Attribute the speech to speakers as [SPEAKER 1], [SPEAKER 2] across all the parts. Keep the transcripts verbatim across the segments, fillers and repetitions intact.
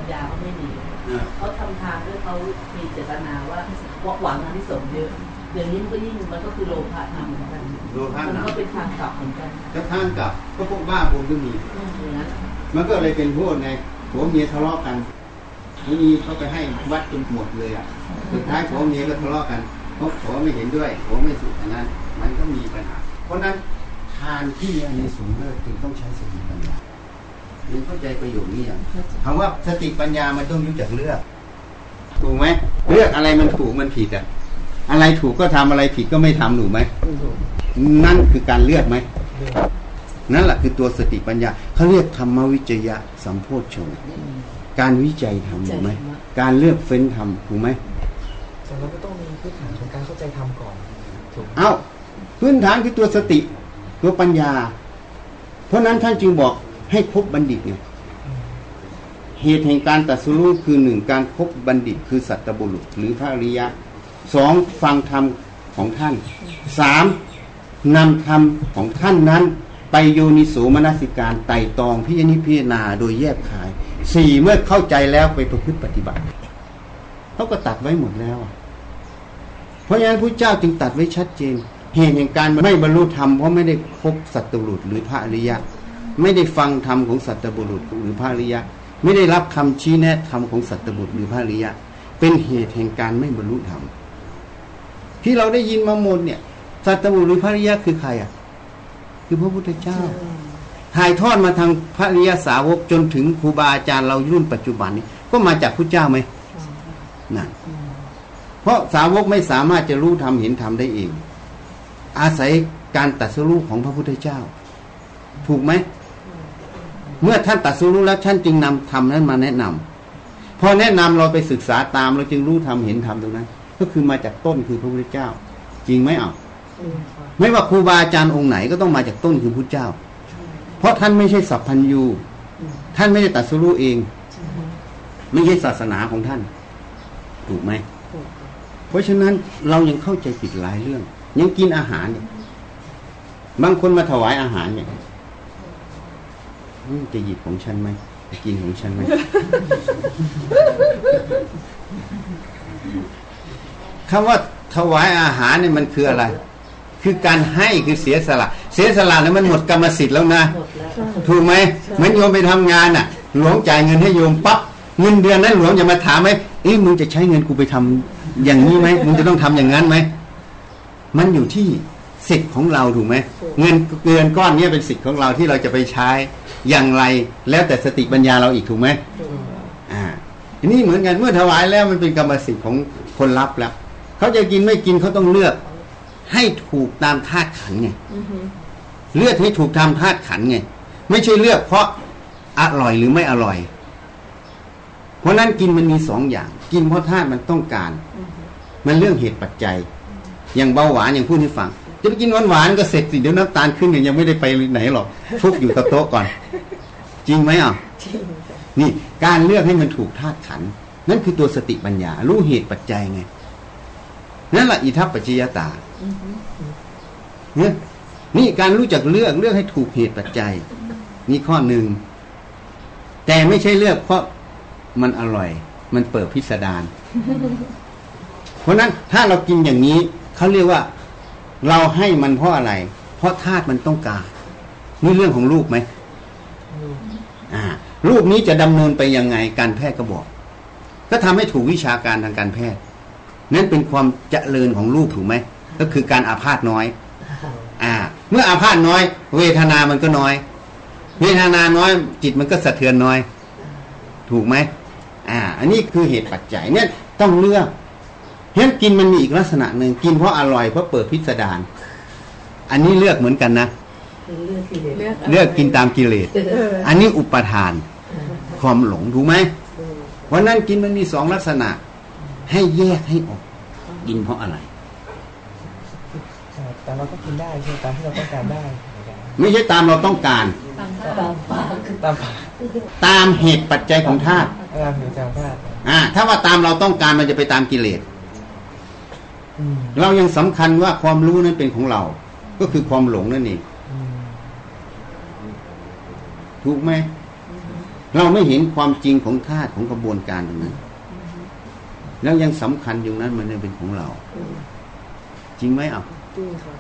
[SPEAKER 1] ญญาเขาไม่มีเขาทำทานด้วยเขามีเจตนาว่าหวังอานิสงส์เยอะอย่างนี้มันก็ยิ่งมันก็คือโลภะนำเหมือนกัน
[SPEAKER 2] โลภะนำ
[SPEAKER 1] มันก็เป็นทางกลับเหมือนกัน
[SPEAKER 2] จะทางกลับก็พวกบ้าบุญก็มีมันก็เลยเป็นโทษไงผัวเมียทะเลาะกันไม่มีเขาไปให้วัดจนหมดเลยอ่ะสุดท้ายผัวเมียก็ทะเลาะกันเพราะผัวไม่เห็นด้วยผัวไม่สุขอันนั้นมันก็มีปัญหาเพราะนั้นทานที่มีอานิสงส์จึงต้องใช้สติปัญญาเรียนเข้าใจประโยคนี้อย่างคำว่าสติปัญญามันต้องรู้จักเลือกถูกไหมเลือกอะไรมันถูกมันผิดอ่ะอะไรถูกก็ทำอะไรผิดก็ไม่ทำถูกไหมนั่นคือการเลือกไหมนั่นแหละคือตัวสติปัญญาเขาเรียกธรรมวิจยะสัมโพชฌงค์การวิจัยธรรมถูกไหมการเลือกเฟ้นธรรมถูกไหม
[SPEAKER 3] แต่เราก็ต้องมีพื้นฐานของการเข้าใจธรรมก่อนถูก
[SPEAKER 2] เอ้าพื้นฐานคือตัวสติตัวปัญญาเพราะนั้นท่านจึงบอกให้คบบัณฑิตไงเหตุแห่งการตรัสรู้คือหนึ่งการคบบัณฑิตคือสัตตบุรุษหรือพระอริยะสองฟังธรรมของท่านสามนำธรรมของท่านนั้นไปโยนิโสมนสิการไต่ตองพิจารณาพิจารณาโดยแยกขายสี่เมื่อเข้าใจแล้วไปประพฤติปฏิบัติเขาก็ตัดไว้หมดแล้วเพราะฉะนั้นพระเจ้าจึงตัดไว้ชัดเจนเหตุแห่งการไม่บรรลุธรรมเพราะไม่ได้พบสัตตบุรุษหรือพระอริยะไม่ได้ฟังธรรมของสัตตบุรุษหรือพระอริยะไม่ได้รับคำชี้แนะธรรมของสัตตบุรุษหรือพระอริยะเป็นเหตุแห่งการไม่บรรลุธรรมที่เราได้ยินมาหมดเนี่ยสัตตบุรุษหรือพระอริยะคือใครอ่ะคือพระพุทธเจ้าถ่ายทอดมาทางพระอริยสาวกจนถึงครูบาอาจารย์เรารุ่นปัจจุบันนี้ก็มาจากพุทธเจ้าไหมนั่นเพราะสาวกไม่สามารถจะรู้ธรรมเห็นธรรมได้เองอาศัยการตรัสรู้ของพระพุทธเจ้าถูกไหมเมื่อท่านตรัสรู้แล้วท่านจึงนำธรรมนั้นมาแนะนำพอแนะนำเราไปศึกษาตามเราจึงรู้ธรรมเห็นธรรมตรงนั้นก็คือมาจากต้นคือพระพุทธเจ้าจริงไหมอ่ะไม่ว่าครูบาอาจารย์องค์ไหนก็ต้องมาจากต้นคือพุทธเจ้าเพราะท่านไม่ใช่สัพพัญญูท่านไม่ได้ตรัสรู้เองไม่ใช่ศาสนาของท่านถูกไหมเพราะฉะนั้นเรายังเข้าใจผิดหลายเรื่องยังกินอาหารเนี่ยบางคนมาถวายอาหารเนี่ยจะหยิบของฉันไหมจะกินของฉันไหม คำว่าถวายอาหารเนี่ยมันคืออะไรคือการให้คือเสียสละเสียสละแล้วมันหมดกรรมสิทธิ์แล้วนะถูกไหมเหมือนโยมไปทำงานน่ะหลวงจ่ายเงินให้โยมปั๊บเงินเดือนนั้นหลวงจะมาถามไหมเอ้ยมึงจะใช้เงินกูไปทำอย่างนี้ไหมมึงจะต้องทำอย่างนั้นไหมมันอยู่ที่สิทธิ์ของเราถูกไหมเงินเงินก้อนนี้เป็นสิทธิ์ของเราที่เราจะไปใช้อย่างไรแล้วแต่สติปัญญาเราอีกถูกไหมอ่าทีนี้เหมือนกันเมื่อถวายแล้วมันเป็นกรรมสิทธิ์ของคนรับแล้วเขาจะกินไม่กินเขาต้องเลือกให้ถูกตามธาตุขันธ์ไงเลือกให้ถูกตามธาตุขันธ์ไงไม่ใช่เลือกเพราะอร่อยหรือไม่อร่อยเพราะนั้นกินมันมีสองอย่างกินเพราะธาตุมันต้องการมันเรื่องเหตุปัจจัยอย่างเบาหวานอย่างพูดให้ฟังจะไปกินหวานหวานก็เสร็จสิเดี๋ยวน้ำตาลขึ้นเนี่ยยังไม่ได้ไปไหนหรอกฟุบอยู่กับโต๊ะก่อนจริงไหมอ่ะนี่การเลือกให้มันถูกธาตุขันธ์นั่นคือตัวสติปัญญารู้เหตุปัจจัยไงนั่นแหละอิทัปปัจจยตาเนี่ยนี่การรู้จักเลือกเลือกให้ถูกเหตุปัจจัยนี่ข้อหนึ่งแต่ไม่ใช่เลือกเพราะมันอร่อยมันเปิดพิสดารเพราะนั้นถ้าเรากินอย่างนี้เขาเรียกว่าเราให้มันเพราะอะไรเพราะธาตุมันต้องการนี่เรื่องของลูกไหมอ่าลูกนี้จะดำเนินไปยังไงการแพทย์ก็บอกก็ทำให้ถูกวิชาการทางการแพทย์นั่นเป็นความเจริญของลูกถูกไหมก็คือการอาพาธน้อยอ่าเมื่ออาพาธน้อยเวทนามันก็น้อยเวทนาน้อยจิตมันก็สะเทือนน้อยถูกไหมอ่าอันนี้คือเหตุปัจจัยเนี่ยต้องเลือกเห็นกินมันมีอีกลักษณะหนึ่งกินเพราะอร่อยเพราะเปิดพิสดารอันนี้เลือกเหมือนกันนะเลือกกินตามกิเลสอันนี้อุปทานความหลงถูกไหมเพราะนั้นกินมันมีสองลักษณะให้แยกให้ออกกินเพราะอะไร
[SPEAKER 3] แต่เราก็กินได้ใช่ตามที่เราต้องการได้
[SPEAKER 2] ไม่ใช่ตามเราต้องการ
[SPEAKER 1] ตามปาก
[SPEAKER 3] ตาม
[SPEAKER 2] ตามเหตุปัจจัยของธาตุ
[SPEAKER 3] ตามเหตุของธาตุ
[SPEAKER 2] อ่าถ้าว่าตามเราต้องการมันจะไปตามกิเลสเรายังสำคัญว่าความรู้นั้นเป็นของเราก็คือความหลงนั่นเองถูกไหมเราไม่เห็นความจริงของธาตุของกระบวนการตรงนั้นแล้วยังสำคัญอยู่นั้นมันยังเป็นของเราจริงไหมอ่ะ
[SPEAKER 3] จริงค่ะ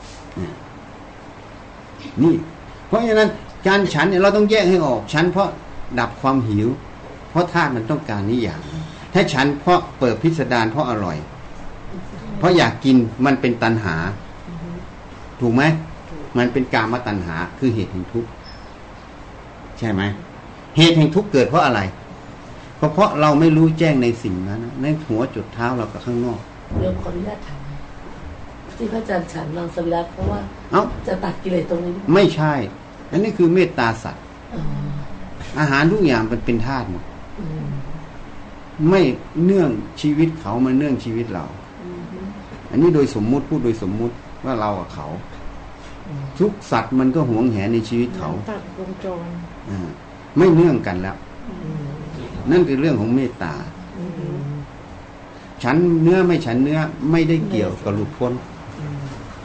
[SPEAKER 2] นี่เพราะฉะนั้นการฉันเนี่ยเราต้องแยกให้ออกฉันเพราะดับความหิวเพราะธาตุมันต้องการนี้อย่างถ้าฉันเพราะเปิดพิสดารเพราะอร่อยเพราะอยากกินมันเป็นตัณหาถูกไหมมันเป็นกามตัณหาคือเหตุแห่งทุกข์ใช่ไหมเหตุแห่งทุกข์เกิดเพราะอะไรเพราะเพราะเราไม่รู้แจ้งในสิ่งนั้นในหัวจุดเท้าเรากับข้างนอก
[SPEAKER 1] เรื่องขออนุญาตถามที่พระอาจารย์ฉันมังสวิรัติเพราะว่า
[SPEAKER 2] เอ้า
[SPEAKER 1] จะตัดกิเลสตรงนี้
[SPEAKER 2] ไม่ใช่อันนี้คือเมตตาสัตว์
[SPEAKER 1] อ๋อ
[SPEAKER 2] อาหารทุกอย่างมันเป็นธาตุหมด
[SPEAKER 1] อืม
[SPEAKER 2] ไม่เนื่องชีวิตเขามาเนื่องชีวิตเรา
[SPEAKER 1] อืม
[SPEAKER 2] อันนี้โดยสมมุติพูดโดยสมมุติว่าเรากับเขาทุกสัตว์มันก็หวงแหนในชีวิตเขา
[SPEAKER 3] ตัดวงจร
[SPEAKER 2] อ่าไม่เนื่องกันแล้ว
[SPEAKER 3] อืม
[SPEAKER 2] นั่นคือเรื่องของเมตตา
[SPEAKER 3] อืม
[SPEAKER 2] ฉันเนื้อไม่ฉันเนื้อไม่ได้เกี่ยวกับหลุดพ้น
[SPEAKER 3] อืม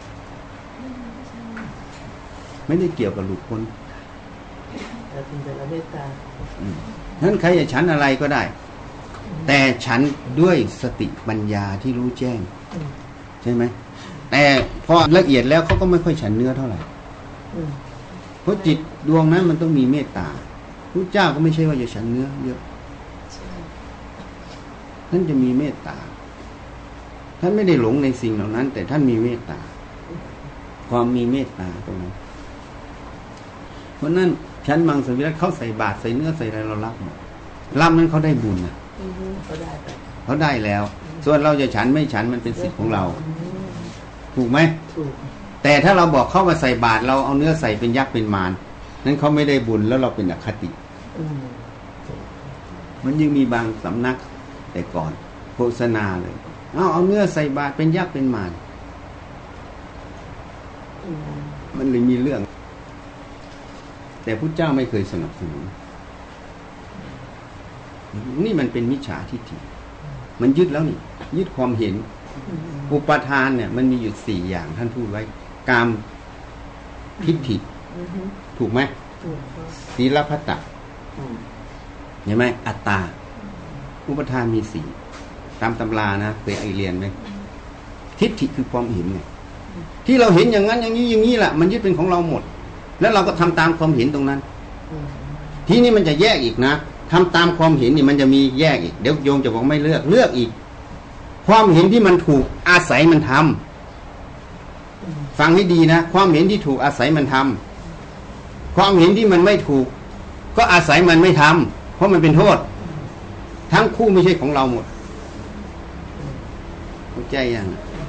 [SPEAKER 2] ไม่ได้เกี่ยวกับหลุดพ้น
[SPEAKER 1] แต่เป็นแต่ละเมตตา
[SPEAKER 2] อืมฉะนั้นใครจะฉันอะไรก็ได้ แต่ฉันด้วยสติปัญญาที่รู้แจ้ง
[SPEAKER 3] อืม
[SPEAKER 2] ใช่ไหมแต่พอละเอียดแล้วเขาก็ไม่ค่อยฉันเนื้อเท่าไหร่
[SPEAKER 3] อืม
[SPEAKER 2] เพราะจิตดวงนั้นมันต้องมีเมตตาพระเจ้าก็ไม่ใช่ว่าจะฉันเนื้อเยอะ
[SPEAKER 1] ใช่
[SPEAKER 2] ท่านจะมีเมตตาท่านไม่ได้หลงในสิ่งเหล่านั้น แต่ท่านมีเมตตาความมีเมตตาตรงนั้นเพราะนั้นฉันมังสวิรัติเขาใส่บาตรใส่เนื้อใส่อะไรเรารับหมดรับนั้นเขาได้บุญนะ
[SPEAKER 1] อืมก็ได้ไป
[SPEAKER 2] เขาได้แล้ว ส่วนเราจะฉันไม่ฉันมันเป็นสิทธิ์ของเรา ถูกไหม
[SPEAKER 1] ถูก
[SPEAKER 2] แต่ถ้าเราบอกเข้ามาใส่บาตรเราเอาเนื้อใส่เป็นยักษ์เป็นมารนั้นเขาไม่ได้บุญแล้วเราเป็นอคติ
[SPEAKER 1] อืม
[SPEAKER 2] มันยังมีบางสำนักแต่ก่อนโฆษณาเลยเอาเอาเนื้อใส่บาตรเป็นยักษ์เป็นมาร
[SPEAKER 1] อืม
[SPEAKER 2] มันเลยมีเรื่อง แต่พุทธเจ้าไม่เคยสนับสนุนนี่มันเป็นมิจฉาทิฏฐิมันยึดแล้วนี่ยึดความเห็น
[SPEAKER 1] อืม
[SPEAKER 2] อุปทานเนี่ยมันมีอยู่สี่อย่างท่านพูดไว้ กามทิฏฐิ
[SPEAKER 1] อืม
[SPEAKER 2] ถูกไหม
[SPEAKER 1] ถูกครับ
[SPEAKER 2] ศีลพัตตะ
[SPEAKER 1] อืม
[SPEAKER 2] เห็นไหมอัตตา อุปทานมีสี่ตามตำรานะเคยไอเรียนไหมทิฏฐิคือความเห็นไงที่เราเห็นอย่างนั้นอย่างนี้อย่างนี้แหละมันยึดเป็นของเราหมด แล้วเราก็ทำตามความเห็นตรงนั้น
[SPEAKER 1] อืม
[SPEAKER 2] ทีนี้มันจะแยกอีกนะทำตามความเห็นนี่มันจะมีแยกอีกเดี๋ยวโยมจะบอกไม่เลือกเลือกอีก ความเห็นที่มันถูกอาศัยมันทำฟังให้ดีนะความเห็นที่ถูกอาศัยมันทำความเห็นที่มันไม่ถูก ก็อาศัยมันไม่ทำเพราะมันเป็นโทษ ทั้งคู่ไม่ใช่ของเราหมดเข้าใจยัง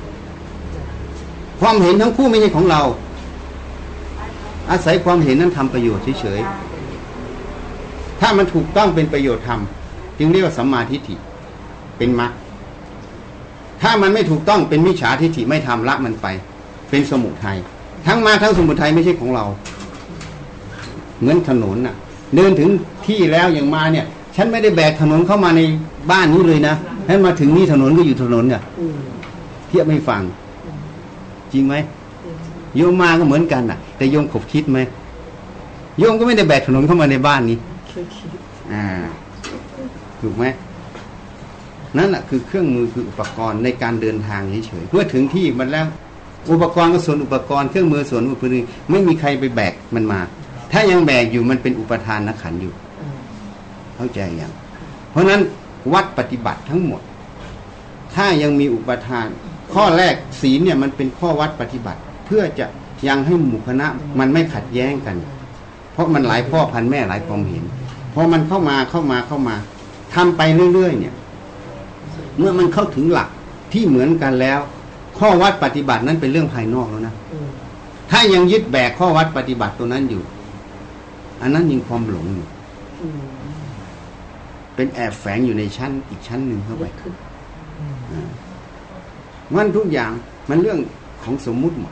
[SPEAKER 2] ความเห็นทั้งคู่ไม่ใช่ของเรา อาศัยความเห็นนั้นทำประโยชน์เฉยๆถ้ามันถูกต้องเป็นประโยชน์ทำจึงเรียกว่าสัมมาทิฏฐิเป็นมรรคถ้ามันไม่ถูกต้องเป็นมิจฉาทิฏฐิไม่ทำละมันไป เป็นสมุทัยทั้งมรรคทั้งสมุทัยไม่ใช่ของเรา เหมือนถนนน่ะเดินถึงที่แล้วอย่างมาเนี่ย ฉันไม่ได้แบกถนนเข้ามาในบ้านนี้เลยนะให้มาถึงนี่ถนนก็อยู่ถนนเนี่ย
[SPEAKER 1] อืม
[SPEAKER 2] เทียบไม่ฟัง จริงไหมโยมมาก็เหมือนกันน่ะ แต่โยมขบคิดไหมโยมก็ไม่ได้แบกถนนเข้ามาในบ้านนี้
[SPEAKER 1] เคยคิด
[SPEAKER 2] อ่า ถูกไหมนั่นแหละคือเครื่องมือคืออุปกรณ์ในการเดินทางเฉยๆเพื่อถึงที่มันแล้ว อุปกรณ์ก็ส่วนอุปกรณ์เครื่องมือส่วนอุปกรณ์ไม่มีใครไปแบกมันมา ถ้ายังแบกอยู่มันเป็นอุปทานนักขันธ์อยู่
[SPEAKER 1] อืม
[SPEAKER 2] เข้าใจยังเพราะนั้นวัดปฏิบัติทั้งหมด ถ้ายังมีอุปทาน ข้อแรกศีลเนี่ยมันเป็นข้อวัดปฏิบัติ เพื่อจะยังให้หมู่คณะมันไม่ขัดแย้งกัน เพราะมันหลายพ่อพันแม่หลายความเห็นพอมันเข้ามาเข้ามาเข้ามาทำไปเรื่อยๆเนี่ย เมื่อมันเข้าถึงหลักที่เหมือนกันแล้ว ข้อวัดปฏิบัตินั้นเป็นเรื่องภายนอกแล้วนะ
[SPEAKER 1] อืม
[SPEAKER 2] ถ้ายังยึดแบกข้อวัดปฏิบัติตัวนั้นอยู่ อันนั้นยังความหลงอยู่
[SPEAKER 1] อืม
[SPEAKER 2] เป็นแอบแฝงอยู่ในชั้นอีกชั้นหนึ่งเข้าไป
[SPEAKER 1] ยกขึ้น
[SPEAKER 2] อ่ามันทุกอย่างมันเรื่องของสมมุติหมด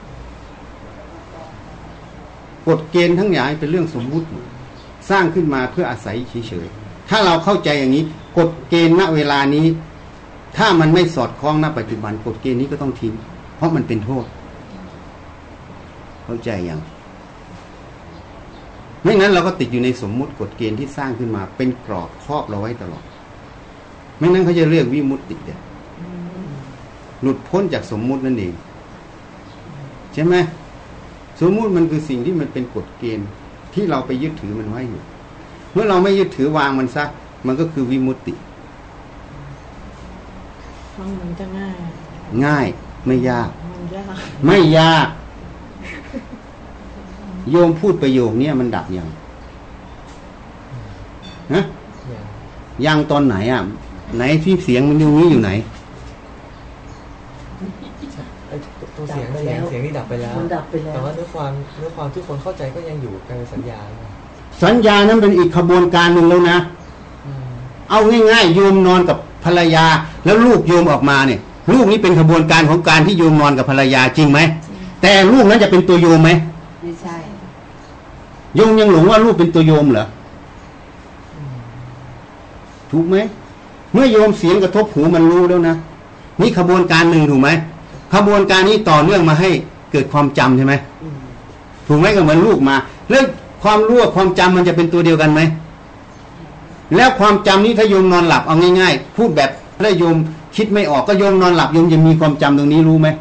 [SPEAKER 2] กฎเกณฑ์ทั้งหลายเป็นเรื่องสมมุติหมดสร้างขึ้นมาเพื่ออาศัยเฉยๆถ้าเราเข้าใจอย่างนี้กฎเกณฑ์ณเวลานี้ ถ้ามันไม่สอดคล้องณปัจจุบันกฎเกณฑ์นี้ก็ต้องทิ้งเพราะมันเป็นโทษเข้าใจยังไม่งั้นเราก็ติดอยู่ในสมมุติกฎเกณฑ์ที่สร้างขึ้นมาเป็นกรอบครอบเราไว้ตลอดไม่งั้นเขาจะเรียกวิมุตติเดียหลุดพ้นจากสมมุตินั่นเองใช่ไหมสมมุติมันคือสิ่งที่มันเป็นกฎเกณฑ์ที่เราไปยึดถือมันไว้อยู่เมื่อเราไม่ยึดถือวางมันซะมันก็คือวิมุตติ
[SPEAKER 4] ฟังมันจะง่าย
[SPEAKER 2] ง่ายไม่ยาก
[SPEAKER 4] มันยาก
[SPEAKER 2] ไม่ยากโยมพูดประโยคนี้มันดับยังฮะยังตอนไหนอ่ะไหนที่เสียงมันอยู่นี้อยู่ไหน
[SPEAKER 3] ตัวเสียงเสียงเสียงนี่ดับไปแล้ว
[SPEAKER 1] มันดับไปแล้ว
[SPEAKER 3] แต่ว่าเนื้อความเนื้อความที่คนเข้าใจก็ยังอยู่ในสัญญา
[SPEAKER 2] สัญญานั้นเป็นอีกขบวนการหนึ่งแล้วนะเอาง่ายๆโยมนอนกับภรรยาแล้วลูกโยมออกมาเนี่ยลูกนี้เป็นขบวนการของการที่โยมนอนกับภรรยาจริงไหมแต่ลูกนั้นจะเป็นตัวโยมไหม
[SPEAKER 1] ไม่ใช่
[SPEAKER 2] โยมยังหลงว่าลูกเป็นตัวโยมเหรอถูกไหมเมื่อโยมเสียงกระทบหูมันรู้แล้วนะนี่ขบวนการหนึ่งถูกไหมขบวนการนี้ต่อเนื่องมาให้เกิดความจำใช่ไหมถูกไหมก็เหมือนลูกมาเรื่องความรู้ความจำมันจะเป็นตัวเดียวกันไหมแล้วความจำนี้ถ้าโยมนอนหลับเอาง่ายๆพูดแบบถ้าโยมคิดไม่ออกก็โยมนอนหลับโยมจะมีความจำตรงนี้รู้ไหม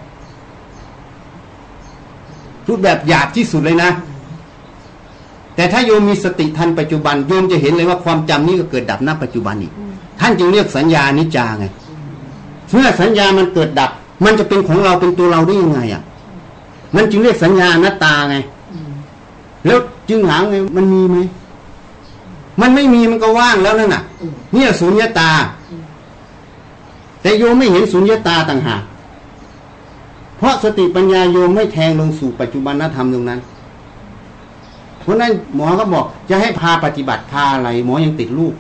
[SPEAKER 2] พูดแบบหยาบที่สุดเลยนะแต่ถ้าโยมมีสติทันปัจจุบันโยมจะเห็นเลยว่าความจำนี้ก็เกิดดับณปัจจุบันอีกท่านจึงเรียกสัญญานิจจาไงเมื่อสัญญามันเกิดดับมันจะเป็นของเราเป็นตัวเราได้ยังไงอ่ะมันจึงเรียกสัญญาอนัตตาไงแล้วจึงหาไงมันมีไหมมันไม่มีมันก็ว่างแล้วนั่นน่ะเนี่ยสุญญตาแต่โยมไม่เห็นสุญญตาต่างหากเพราะสติปัญญาโยมไม่แทงลงสู่ปัจจุบันธรรมตรงนั้นเพราะนั้นหมอก็บอกจะให้พาปฏิบัติพาอะไรหมอยังติดลูก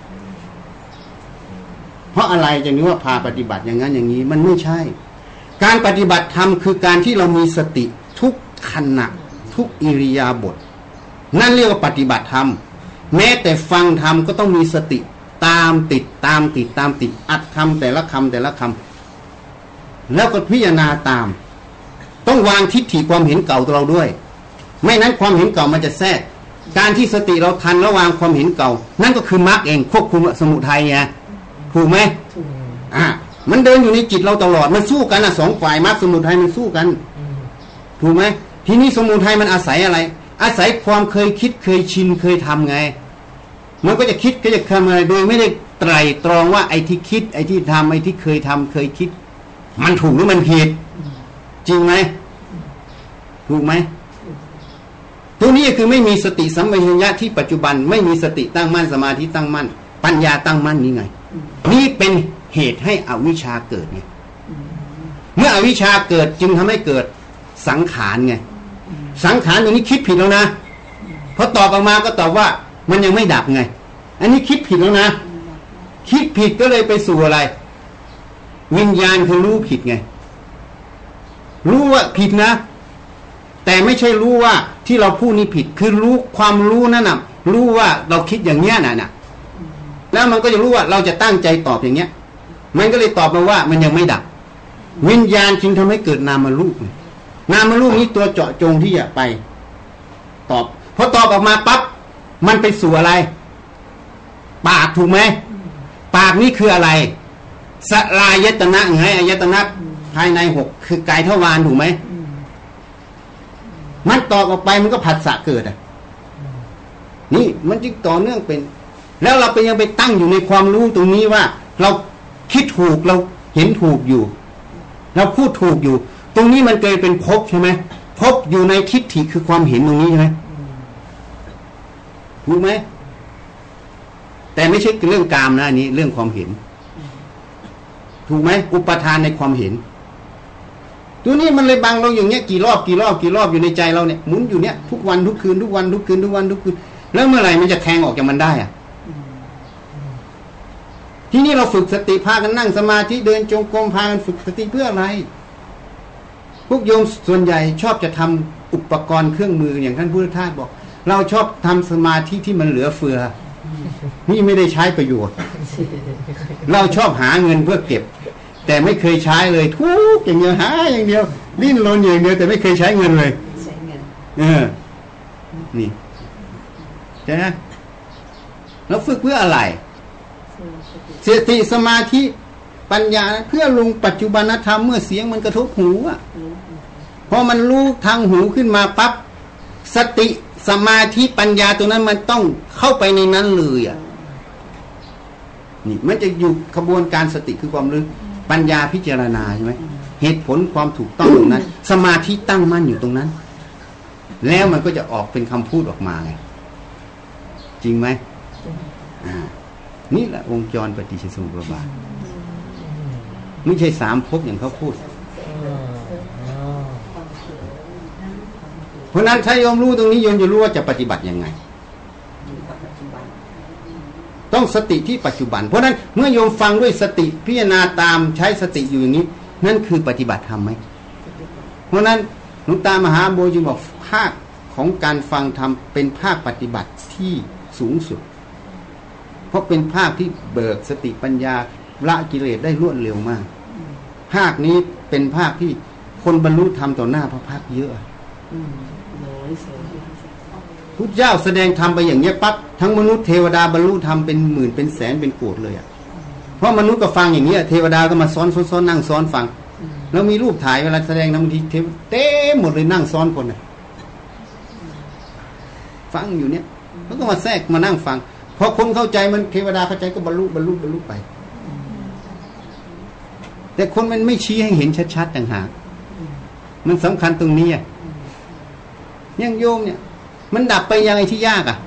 [SPEAKER 2] เพราะอะไรจะนึกว่าพาปฏิบัติอย่างนั้นอย่างนี้มันไม่ใช่การปฏิบัติธรรมคือการที่เรามีสติทุกขณะทุกอิริยาบถนั่นเรียกว่าปฏิบัติธรรมแม้แต่ฟังธรรมก็ต้องมีสติตามติดตามติดตามติดอัดคำแต่ละคำแต่ละคำแล้วก็พิจารณาตามต้องวางทิฏฐิความเห็นเก่าตัวเราด้วยไม่นั้นความเห็นเก่ามันจะแทรกการที่สติเราทันระวางความเห็นเก่านั่นก็คือมรรคเองควบคุมสมุทัยไงถูกไหมอ่ามันเดินอยู่ในจิตเราตลอดมันสู้กันอ่ะสองฝ่ายมรรคสมุทัยมันสู้กันถูกไหมทีนี้สมุทัยมันอาศัยอะไรอาศัยความเคยคิดเคยชินเคยทำไงมันก็จะคิดก็จะทำอะไรโดยไม่ได้ไตร่ตรองว่าไอ้ที่คิดไอ้ที่ทำไอ้ที่เคยทำเคยคิดมันถูกหรือมันผิดจริงไหมถูกไหมตัวนี้คือไม่มีสติสัมปชัญญะที่ปัจจุบันไม่มีสติตั้งมั่นสมาธิตั้งมั่นปัญญาตั้งมั่นนี่ไงนี่เป็นเหตุให้อวิชชาเกิดไงเมื่ออวิชชาเกิดจึงทำให้เกิดสังขารไงสังขารตัวนี้คิดผิดแล้วนะพอตอบออกมาก็ตอบว่ามันยังไม่ดับไงอันนี้คิดผิดแล้วนะคิดผิดก็เลยไปสู่อะไรวิญญาณคือรู้ผิดไงรู้ว่าผิดนะแต่ไม่ใช่รู้ว่าที่เราพูดนี่ผิดคือรู้ความรู้นั่นน่ะรู้ว่าเราคิดอย่างเงี้ยน่ะน่ะแล้วมันก็จะรู้ว่าเราจะตั้งใจตอบอย่างเงี้ยมันก็เลยตอบมาว่ามันยังไม่ดับวิญญาณจึงทำให้เกิดนามรูปนามรูปนี้ตัวเจาะจงที่จะไปตอบพอตอบออกมาปั๊บมันไปสู่อะไรปากถูกไหมปากนี่คืออะไรสลายตนะไงอายตนะภายในหกคือกายทวารถูกไหมมันตอบออกไปมันก็ผัสสะเกิดอ่ะนี่มันจึงต่อเนื่องเป็นแล้วเราไปยังไปตั้งอยู่ในความรู้ตรงนี้ว่าเราคิดถูกเราเห็นถูกอยู่เราพูดถูกอยู่ตรงนี้มันเกิดเป็นภพใช่ไหมภพอยู่ในทิฏฐิคือความเห็นตรงนี้ใช่ไหมถูกไหมแต่ไม่ใช่เรื่องกามนะอันนี้เรื่องความเห็นถูกไหมอุปทานในความเห็นตัวนี้มันเลยบังเราอย่างเงี้ยกี่รอบกี่รอบกี่รอบอยู่ในใจเราเนี่ยหมุนอยู่เนี้ยทุกวันทุกคืนทุกวันทุกคืนทุกวันทุกคืนแล้วเมื่อไหร่มันจะแทงออกจากมันได้อะที่นี่เราฝึกสติพากันนั่งสมาธิเดินจงกรมพากันฝึกสติเพื่ออะไรพวกโยมส่วนใหญ่ชอบจะทำอุปกรณ์เครื่องมืออย่างท่านพุทธทาสบอกเราชอบทำสมาธิที่มันเหลือเฟือนี่ไม่ได้ใช้ประโยชน์เราชอบหาเงินเพื่อเก็บแต่ไม่เคยใช้เลยทุกอย่างเดียวหาอย่างเดียวดิ้นรนอย่างเดียวแต่ไม่เคยใช้เงินเลย
[SPEAKER 1] ใช้เงิน
[SPEAKER 2] เออนี่ใช่ไหมแล้วฝึกเพื่ออะไรสติสมาธิปัญญาเพื่อลงปัจจุบันธรรมเมื่อเสียงมันกระทบหูอ่ะพอมันรู้ทางหูขึ้นมาปั๊บสติสมาธิปัญญาตรงนั้นมันต้องเข้าไปในนั้นเลยอ่ะนี่มันจะอยู่ขบวนการสติคือความรู้ปัญญาพิจารณาใช่ไหมเหตุผลความถูกต้องตรงนั้นสมาธิตั้งมั่นอยู่ตรงนั้นแล้วมันก็จะออกเป็นคำพูดออกมาไงจริงไหมอ่านี่แหละวงจรปฏิจจสมุปบาทไม่ใช่สามภพอย่างเขาพูดเพราะนั้นถ้าโยมรู้ตรงนี้โยมจะรู้ว่าจะปฏิบัติยังไงต้องสติที่ปัจจุบันเพราะนั้นเมื่อโยมฟังด้วยสติพิจารณาตามใช้สติอยู่อย่างนี้นั่นคือปฏิบัติธรรมไหมเพราะนั้นหลวงตามหาบัวจึงบอกภาคของการฟังธรรมเป็นภาคปฏิบัติที่สูงสุดเพราะเป็นภาคที่เบิกสติปัญญาละกิเลสได้รวดเร็วมากภาคนี้เป็นภาคที่คนบรรลุธรรมต่อหน้าพระพักตร์เยอะพุทธเจ้าแสดงธรรมไปอย่างนี้ปั๊บทั้งมนุษย์เทวดาบรรลุธรรมเป็นหมื่นเป็นแสนเป็นโกฏเลยอ่ะเพราะมนุษย์ก็ฟังอย่างนี้เทวดาก็มาซ้อนซ้อนนั่งซ้อนฟังแล้วมีรูปถ่ายเวลาแสดงธรรมทีเทวเต็มหมดเลยนั่งซ้อนคนน่ะฟังอยู่เนี้ยแล้วก็มาแทรกมานั่งฟังพอคนเข้าใจมันเทวดาเข้าใจก็บรรลุบรรลุบรรลุไปแต่คนมันไม่ชี้ให้เห็นชัดๆต่างหากมันสำคัญตรงนี้อ่ะยังโยมเนี่ยมันดับไปยังไงที่ยากอ่ะ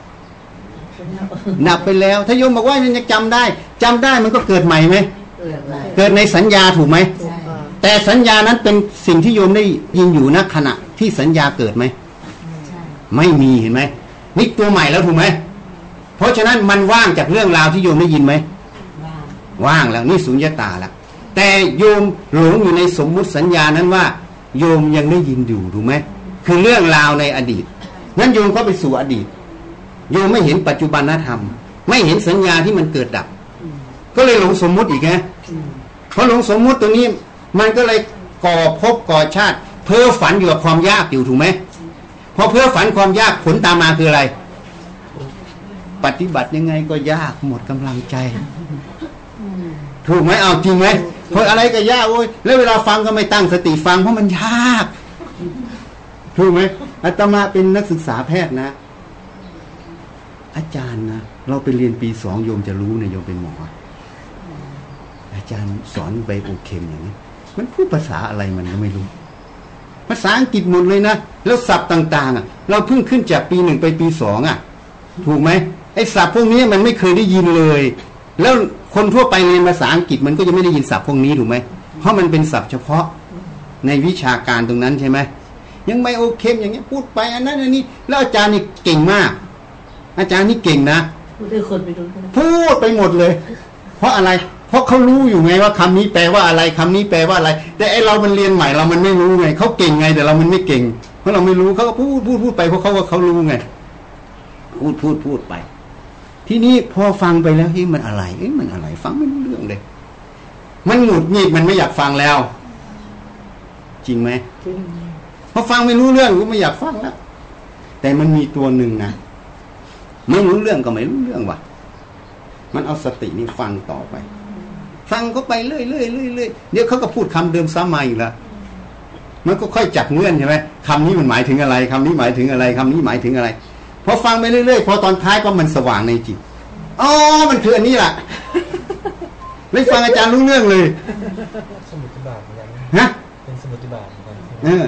[SPEAKER 2] ดับไปแล้วถ้าโยมบอกว่ามันจะจำได้จำได้มันก็เกิดใหม่ไหมเกิดในสัญญาถูกไหมแต่สัญญานั้นเป็นสิ่งที่โยมได้ยินอยู่ณขณะที่สัญญาเกิดไหมไม่มีเห็นไหมนี่ตัวใหม่แล้วถูกไหมเพราะฉะนั้นมันว่างจากเรื่องราวที่โยมได้ยินไหมว่างแล้วนี่สุญญตาแล้วแต่โยมหลงอยู่ในสมมุติสัญญานั้นว่าโยมยังได้ยินอยู่ถูกไหมคือเรื่องราวในอดีตนั้นโยมก็ไปสู่อดีตโยมไม่เห็นปัจจุบันธรรมไม่เห็นสัญญาที่มันเกิดดับก็เลยหลงสมมุติอีกไงเพราะหลงสมมุติตรงนี้มันก็เลยก่อภพก่อชาติเพ้อฝันอยู่กับความยากอยู่ถูกไหมพอเพ้อฝันความยากผลตามมาคืออะไรปฏิบัติยังไงก็ยากหมดกำลังใจถูกไหมเอาจริงไหมเพราะอะไรก็ยากโอ้ยแล้วเวลาฟังก็ไม่ตั้งสติฟังเพราะมันยากถูกไหมอาตมาเป็นนักศึกษาแพทย์นะอาจารย์นะเราไปเรียนปีสองโยมจะรู้นะโยมเป็นหมออาจารย์สอนไบโอเคมอย่างนี้มันพูดภาษาอะไรมันก็ไม่รู้ภาษาอังกฤษหมดเลยนะแล้วศัพท์ต่างๆอ่ะเราเพิ่งขึ้นจากปีหนึ่งไปปีสองอ่ะถูกไหมไอ้ศัพท์พวกนี้มันไม่เคยได้ยินเลยแล้วคนทั่วไปเรียนภาษาอังกฤษมันก็จะไม่ได้ยินศัพท์พวกนี้ถูกไหมเพราะมันเป็นศัพท์เฉพาะในวิชาการตรงนั้นใช่ไหมยังไบโอเคมอย่างเงี้ยพูดไปอันนั้นอันนี้แล้วอาจารย์นี่เก่งมากอาจารย์นี่เก่งนะพูดให้คนไปรู้พูดไปหมดเลยเพราะอะไรเพราะเขารู้อยู่ไงว่าคำนี้แปลว่าอะไรคำนี้แปลว่าอะไรแต่ไอเรามันเรียนใหม่เรามันไม่รู้ไงเขาเก่งไงแต่เรามันไม่เก่งเพราะเราไม่รู้เขาก็พูดพูดพูดไปเพราะเขาว่าเขารู้ไงพูดพูดพูดไปทีนี้พอฟังไปแล้วเฮ้ยมันอะไรเอ้ยมันอะไรฟังไม่รู้เรื่องเลยมันหงุดหงิดมันไม่อยากฟังแล้วจริงไหมพอฟังไม่รู้เรื่องก็ไม่อยากฟังแล้วแต่มันมีตัวหนึ่งนะไม่รู้เรื่องก็ไม่รู้เรื่องว่ะมันเอาสตินี่ฟังต่อไปฟังเขาไปเรื่อยเรื่อยเรื่อยเรื่อยเดี๋ยวเขาก็พูดคำเดิมซ้ำมาอีกแล้วมันก็ค่อยจับเงื่อนใช่ไหมคำนี้มันหมายถึงอะไรคำนี้หมายถึงอะไรคำนี้หมายถึงอะไรพอฟังไปเรื่อยๆพอตอนท้ายก็มันสว่างในจิตอ๋อมันคืออันนี้แหละไม่ฟังอาจารย์รู้เรื่องเลย
[SPEAKER 3] สมุติบาทเหมือนกัน
[SPEAKER 2] ฮะ
[SPEAKER 3] เป็นสมุติบาทเหมือนกัน
[SPEAKER 2] เออ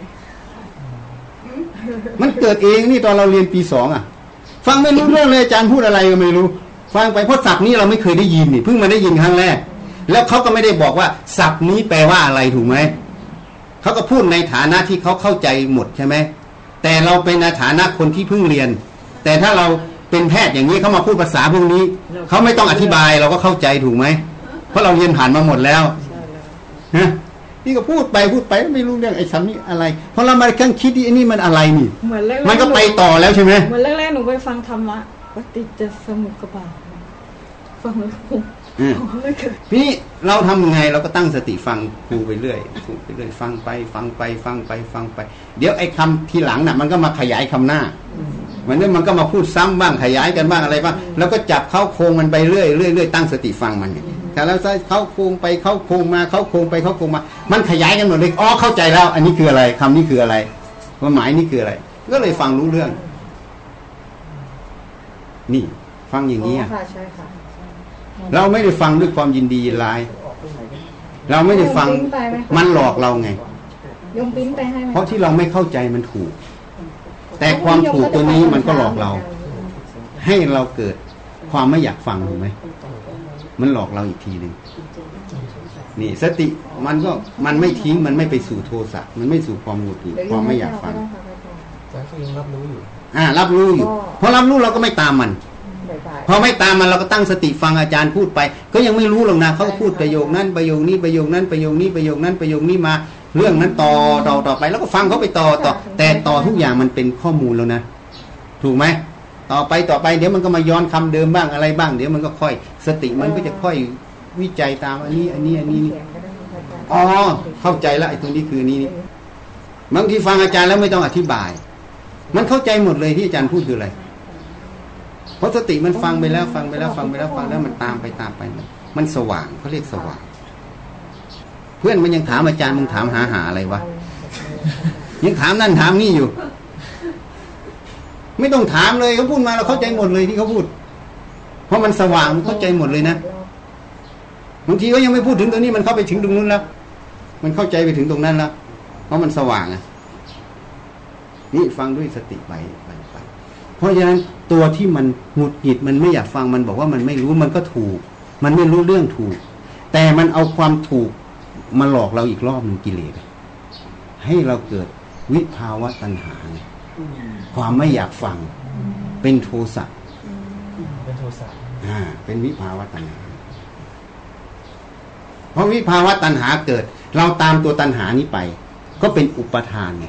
[SPEAKER 2] มันเกิดเองนี่ตอนเราเรียนปีสองอ่ะฟังไม่รู้เรื่องเลยอาจารย์พูดอะไรก็ไม่รู้ฟังไปเพราะศัพท์นี้เราไม่เคยได้ยินนี่เพิ่งมาได้ยินครั้งแรกแล้วเขาก็ไม่ได้บอกว่าศัพท์นี้แปลว่าอะไรถูกไหมเขาก็พูดในฐานะที่เขาเข้าใจหมดใช่ไหมแต่เราเป็นในฐานะคนที่เพิ่งเรียนแต่ถ้าเราเป็นแพทย์อย่างนี้เขามาพูดภาษาพวกนี้เขาไม่ต้องอธิบายเราก็เข้าใจถูกไหมเพราะเราเรียนผ่านมาหมดแล้วฮะนี่ก็พูดไปพูดไปไม่รู้เรื่องไอ้คำนี้อะไรเพราะเรามาขั้นคิดไอ้นี่มันอะไรนี่มันก็ไปต่อแล้วใช่ไหม
[SPEAKER 4] เหมือนแรกๆหนูไปฟังธรรมะปฏิจจสมุปบาทฟังแล้วผม
[SPEAKER 2] นี่เราทำยังไงเราก็ตั้งสติฟังครูไปเรื่อยครูไปเรื่อยฟังไปฟังไปฟังไปฟังไปเดี๋ยวไอ้คำทีหลังน่ะมันก็มาขยายคำหน้ามันเนี่ยมันก็มาพูดซ้ำบ้างขยายกันบ้างอะไรบ้างแล้วก็จับเข้าโครงมันไปเรื่อยเรื่อยเรื่อยตั้งสติฟังมันเนี่ยแต่แล้วเข้าโครงไปเข้าโครงมาเข้าโครงไปเข้าโครงมามันขยายกันหมดเลยอ๋อเข้าใจแล้วอันนี้คืออะไรคำนี้คืออะไรความหมายนี่คืออะไรก็เลยฟังรู้เรื่องนี่ฟังอย่างนี้
[SPEAKER 4] ค่ะใช่ค่ะ
[SPEAKER 2] เราไม่ได้ฟังด้วยความยินดียินร้ายเราไม่ได้ฟังมันหลอกเราไง
[SPEAKER 4] ยมปิ้นไปให้ไหม
[SPEAKER 2] เพราะที่เราไม่เข้าใจมันถูกแต่ความถูกตัวนี้มันก็หลอกเราให้เราเกิดความไม่อยากฟังถูกไหมมันหลอกเราอีกทีหนึ่งนี่สติมันก็มันไม่ทิ้งมันไม่ไปสู่โทสะมันไม่สู่ความหงุดหงิดความไม่อยากฟัง
[SPEAKER 3] แต่ก็ยังรับรู้อยู่
[SPEAKER 2] อ่ารับรู้อยู่พอรับรู้เราก็ไม่ตามมันพอไม่ตามมันเราก็ตั้งสติฟังอาจารย์พูดไปก็ยังไม่รู้หรอกนะเขาพูดประโยคนั้นประโยคนี้ประโยคนั้นประโยคนี้ประโยคนั้นประโยคนี้มาเรื่องนั้นต่อต่อต่อไปแล้วก็ฟังเขาไปต่อต่อแต่ต่อทุกอย่างมันเป็นข้อมูลแล้วนะถูกไหมต่อไปต่อไปเดี๋ยวมันก็มาย้อนคำเดิมบ้างอะไรบ้างเดี๋ยวมันก็ค่อยสติมันก็จะค่อยวิจัยตามอันนี้อันนี้อันนี้อ๋อเข้าใจแล้วไอ้ตรงนี้คือนี้บางทีฟังอาจารย์แล้วไม่ต้องอธิบายมันเข้าใจหมดเลยที่อาจารย์พูดคืออะไรเพราะสติมันฟังไปแล้วฟังไปแล้วฟังไปแล้วฟังแล้วมันตามไปตามไปมันสว่างเขาเรียกสว่างเพื่อนมันยังถามอาจารย์มึงถามหาหาอะไรวะยังถามนั่นถามนี่อยู่ไม่ต้องถามเลยเขาพูดมาเราเข้าใจหมดเลยที่เขาพูดเพราะมันสว่างมันเข้าใจหมดเลยนะบางทีก็ยังไม่พูดถึงตรงนี้มันเข้าไปถึงตรงนู้นแล้วมันเข้าใจไปถึงตรงนั้นแล้วเพราะมันสว่างอ่ะนี่ฟังด้วยสติไปไปไปเพราะฉะนั้นตัวที่มันหงุดหงิดมันไม่อยากฟังมันบอกว่ามันไม่รู้มันก็ถูกมันไม่รู้เรื่องถูกแต่มันเอาความถูกมาหลอกเราอีกรอบหนึ่งกิเลสให้เราเกิดวิภาวะตัณหาความไม่อยากฟังเป็นโทสะ
[SPEAKER 3] เป็นโทสะ
[SPEAKER 2] อ่าเป็นวิภาวะตัณหาเพราะวิภาวะตัณหาเกิดเราตามตัวตัณหานี้ไปก็เป็นอุปทานไง